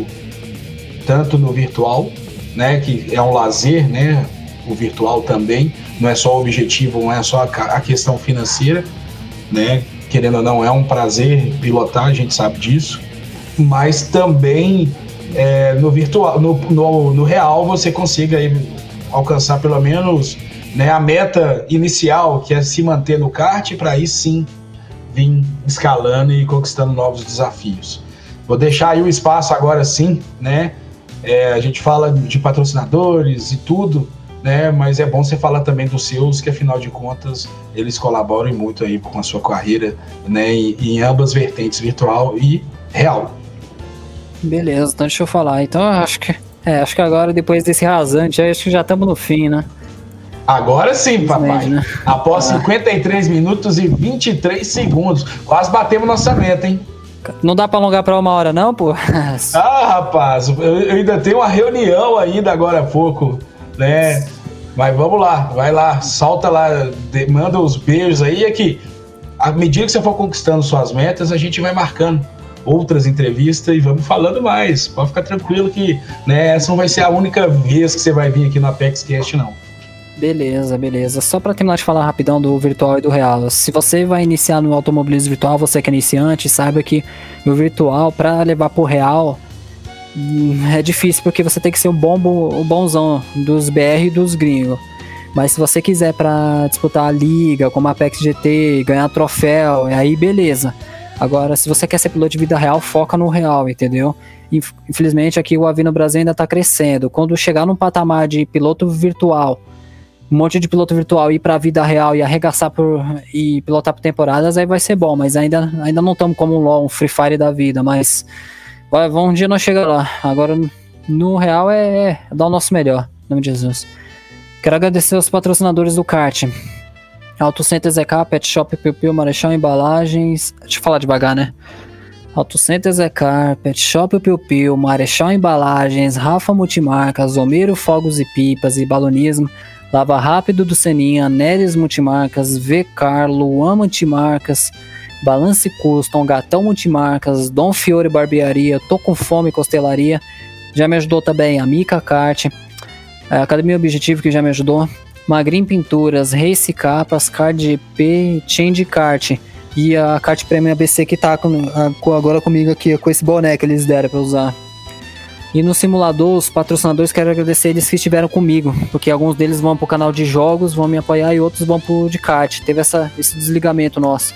tanto no virtual, né, que é um lazer, né, o virtual também, não é só o objetivo, não é só a questão financeira, né, querendo ou não, é um prazer pilotar, a gente sabe disso, mas também no virtual, no real, você consiga aí alcançar pelo menos, né, a meta inicial, que é se manter no kart, para aí sim vir escalando e conquistando novos desafios. Vou deixar aí o espaço agora sim, né? A gente fala de patrocinadores e tudo, né? Mas é bom você falar também dos seus, que afinal de contas eles colaboram muito aí com a sua carreira, né? Em ambas vertentes, virtual e real. Beleza, então deixa eu falar. Então acho que agora, depois desse rasante, acho que já estamos no fim, né? Agora sim, papai. Né? Após 53 minutos e 23 segundos. Quase batemos nossa meta, hein? Não dá pra alongar pra 1 hora, não, pô? Rapaz, eu ainda tenho uma reunião ainda agora há pouco, né? Mas vamos lá, vai lá, solta lá, manda os beijos aí. Aqui, à medida que você for conquistando suas metas, a gente vai marcando outras entrevistas e vamos falando mais. Pode ficar tranquilo que, né, essa não vai ser a única vez que você vai vir aqui no Apex Cast, não. Beleza. Só para terminar de falar rapidão do virtual e do real. Se você vai iniciar no automobilismo virtual, você que é iniciante, saiba que no virtual, para levar pro real, é difícil, porque você tem que ser o bonzão dos BR e dos gringos. Mas se você quiser para disputar a liga, como a Apex GT, ganhar troféu, aí beleza. Agora, se você quer ser piloto de vida real, foca no real, entendeu? Infelizmente, aqui o AV no Brasil ainda tá crescendo. Quando chegar num patamar de piloto virtual, um monte de piloto virtual ir pra vida real e arregaçar e pilotar por temporadas, aí vai ser bom, mas ainda não estamos como um LoL, um Free Fire da vida, mas um dia nós chegamos lá. Agora, no real, é dar o nosso melhor, em nome de Jesus. Quero agradecer aos patrocinadores do kart: Auto Center ZK, Pet Shop Piu Piu, Marechal Embalagens. Deixa eu falar devagar, né? Auto Center ZK, Pet Shop Piu Piu, Marechal Embalagens, Rafa Multimarcas, Zomiro Fogos e Pipas e Balonismo, Lava Rápido do Seninha, Neres Multimarcas, VCar, Luan Multimarcas, Balance Custom, Gatão Multimarcas, Dom Fiore Barbearia, Tô Com Fome Costelaria. Já me ajudou também a Mica Kart, a Academia Objetivo, que já me ajudou, Magrin Pinturas, Race Capas, Card GP, Change Kart, E a Kart Premium ABC que tá agora comigo aqui, com esse boné que eles deram pra usar. E no simulador, os patrocinadores, quero agradecer eles que estiveram comigo, porque alguns deles vão pro canal de jogos, vão me apoiar, e outros vão pro de kart. Teve esse desligamento nosso.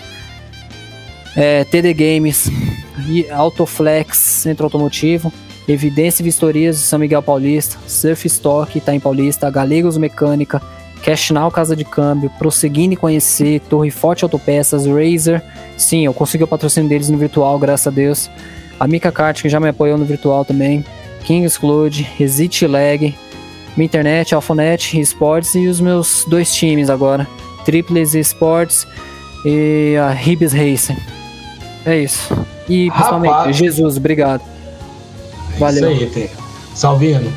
TD Games, Autoflex, Centro Automotivo, Evidência e Vistorias de São Miguel Paulista, Surf Stock, Itaim Paulista, Galegos Mecânica, Cash Now Casa de Câmbio, Prosseguindo e Conhecer, Torre Forte Autopeças, Razer. Sim, eu consegui o patrocínio deles no virtual, graças a Deus. A Mica Kart, que já me apoiou no virtual também. Kings Cloud, Exit Lag, Minha Internet, Alphanet, Esportes e os meus 2 times agora, Triples Esportes e a Ribs Racing. É isso. E principalmente, Jesus, obrigado. Valeu. Isso aí, Salvino,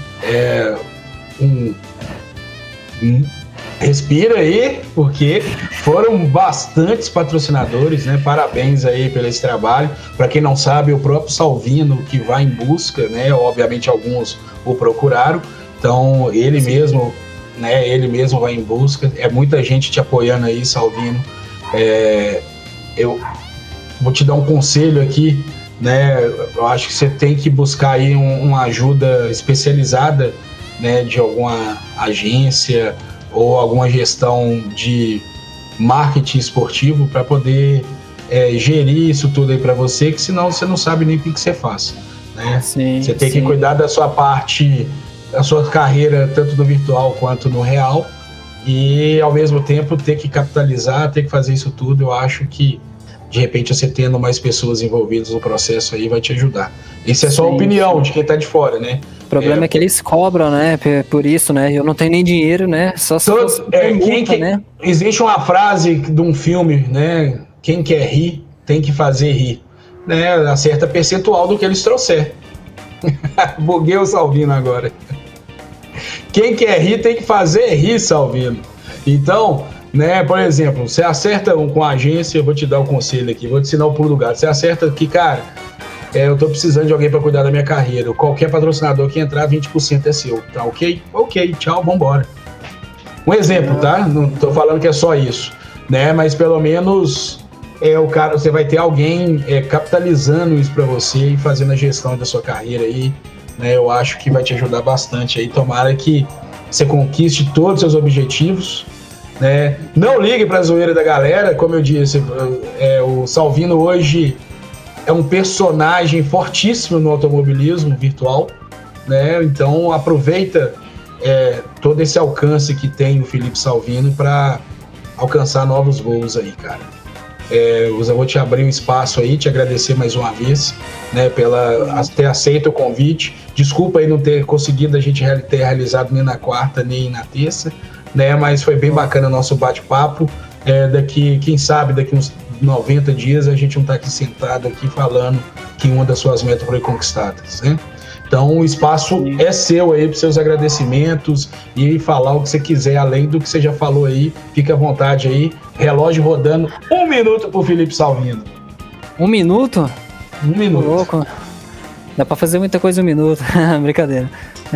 respira aí, porque foram bastantes patrocinadores, né? Parabéns aí pelo esse trabalho. Para quem não sabe, o próprio Salvino que vai em busca, né? Obviamente alguns o procuraram, então ele mesmo, né? Ele mesmo vai em busca. É muita gente te apoiando aí, Salvino. Eu vou te dar um conselho aqui, né? Eu acho que você tem que buscar aí uma ajuda especializada, né? De alguma agência ou alguma gestão de marketing esportivo para poder gerir isso tudo aí para você, que senão você não sabe nem o que você faz, né? Sim, você tem que cuidar da sua parte, da sua carreira, tanto no virtual quanto no real, e ao mesmo tempo ter que capitalizar, ter que fazer isso tudo. Eu acho que de repente você tendo mais pessoas envolvidas no processo aí vai te ajudar. Isso é só opinião de quem tá de fora, né? O problema é que eles cobram, né? Por isso, né? Eu não tenho nem dinheiro, né? Só se fosse multa, né? Existe uma frase de um filme, né? Quem quer rir, tem que fazer rir. Né? Acerta percentual do que eles trouxer. Buguei o Salvino agora. Quem quer rir, tem que fazer rir, Salvino. Então, né? Por exemplo, você acerta com a agência, eu vou te dar um conselho aqui, vou te ensinar o pulo do gato. Você acerta que, cara, eu tô precisando de alguém para cuidar da minha carreira. Qualquer patrocinador que entrar, 20% é seu. Tá ok? Ok, tchau, vambora. Um exemplo, tá? Não tô falando que é só isso, né? Mas pelo menos o cara, você vai ter alguém capitalizando isso para você e fazendo a gestão da sua carreira aí, né? Eu acho que vai te ajudar bastante aí. Tomara que você conquiste todos os seus objetivos, né? Não ligue para a zoeira da galera, como eu disse, o Salvino hoje é um personagem fortíssimo no automobilismo virtual, né? Então aproveita todo esse alcance que tem o Felipe Salvino para alcançar novos voos aí, cara. Eu vou te abrir um espaço aí, te agradecer mais uma vez, né, ter aceito o convite. Desculpa aí não ter conseguido a gente ter realizado nem na quarta nem na terça, né? Mas foi bem bacana o nosso bate-papo. Quem sabe daqui uns 90 dias a gente não está aqui sentado aqui falando que uma das suas metas foi conquistadas, né? Então o espaço é seu aí para seus agradecimentos e falar o que você quiser, além do que você já falou aí. Fique à vontade aí. Relógio rodando. 1 minuto pro Felipe Salvino. 1 minuto? 1 minuto. Louco. Dá para fazer muita coisa em 1 minuto. Brincadeira.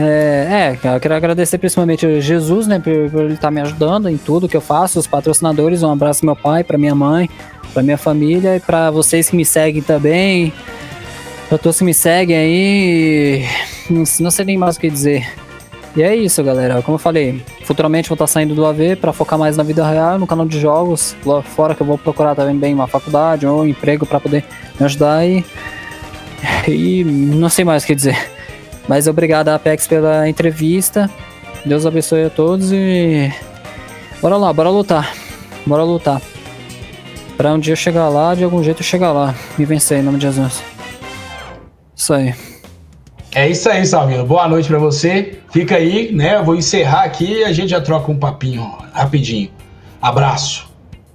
Eu quero agradecer principalmente a Jesus, né, por ele estar me ajudando em tudo que eu faço, os patrocinadores. Um abraço pro meu pai, pra minha mãe, pra minha família e pra vocês que me seguem também. Pra todos que me seguem aí, não sei nem mais o que dizer. E é isso, galera. Como eu falei, futuramente vou estar saindo do AV para focar mais na vida real, no canal de jogos. Lá fora que eu vou procurar também uma faculdade ou um emprego para poder me ajudar e não sei mais o que dizer. Mas obrigado, Apex, pela entrevista. Deus abençoe a todos e bora lá, bora lutar. Bora lutar. Pra um dia eu chegar lá, de algum jeito eu chegar lá. Me vencer em nome de Jesus. Isso aí. É isso aí, Salvino. Boa noite pra você. Fica aí, né? Eu vou encerrar aqui e a gente já troca um papinho rapidinho. Abraço.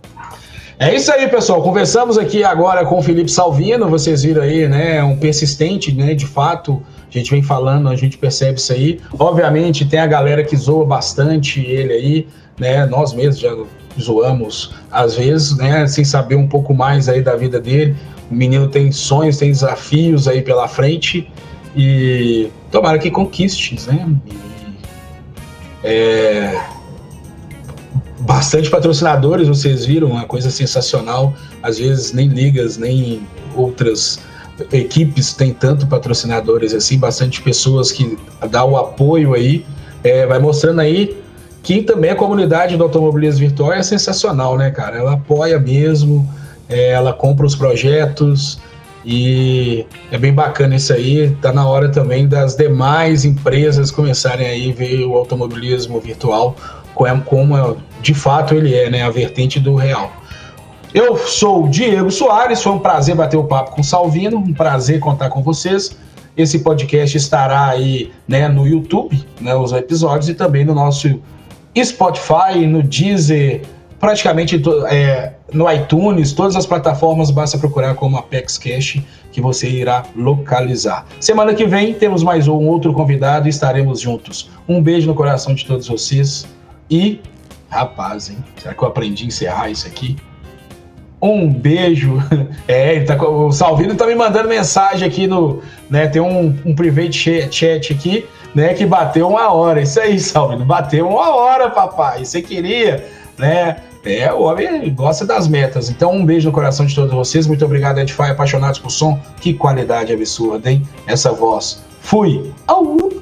É isso aí, pessoal. Conversamos aqui agora com o Felipe Salvino. Vocês viram aí, né? Um persistente, né? De fato, a gente vem falando, a gente percebe isso aí. Obviamente, tem a galera que zoa bastante ele aí, né? Nós mesmos já zoamos às vezes, né? Sem saber um pouco mais aí da vida dele. O menino tem sonhos, tem desafios aí pela frente e tomara que conquiste, né? bastante patrocinadores, vocês viram, uma coisa sensacional. Às vezes nem ligas, nem outras equipes têm tanto patrocinadores assim, bastante pessoas que dão o apoio aí, vai mostrando aí que também a comunidade do automobilismo virtual é sensacional, né, cara? Ela apoia mesmo, ela compra os projetos e é bem bacana isso aí. Tá na hora também das demais empresas começarem aí a ver o automobilismo virtual como de fato ele é, né, a vertente do real. Eu sou o Diego Soares, foi um prazer bater o papo com o Salvino, um prazer contar com vocês. Esse podcast estará aí, né, no YouTube, né, os episódios, e também no nosso Spotify, no Deezer, praticamente no iTunes, todas as plataformas, basta procurar como Apex Cash que você irá localizar. Semana que vem temos mais um outro convidado e estaremos juntos. Um beijo no coração de todos vocês e, rapaz, hein? Será que eu aprendi a encerrar isso aqui? Um beijo. O Salvino tá me mandando mensagem aqui né, tem um private chat aqui, né, que bateu 1 hora. Isso aí, Salvino, bateu 1 hora, papai. Você queria, né? O homem gosta das metas. Então, um beijo no coração de todos vocês. Muito obrigado, Edify, apaixonados por som. Que qualidade absurda, hein? Essa voz. Fui. Au!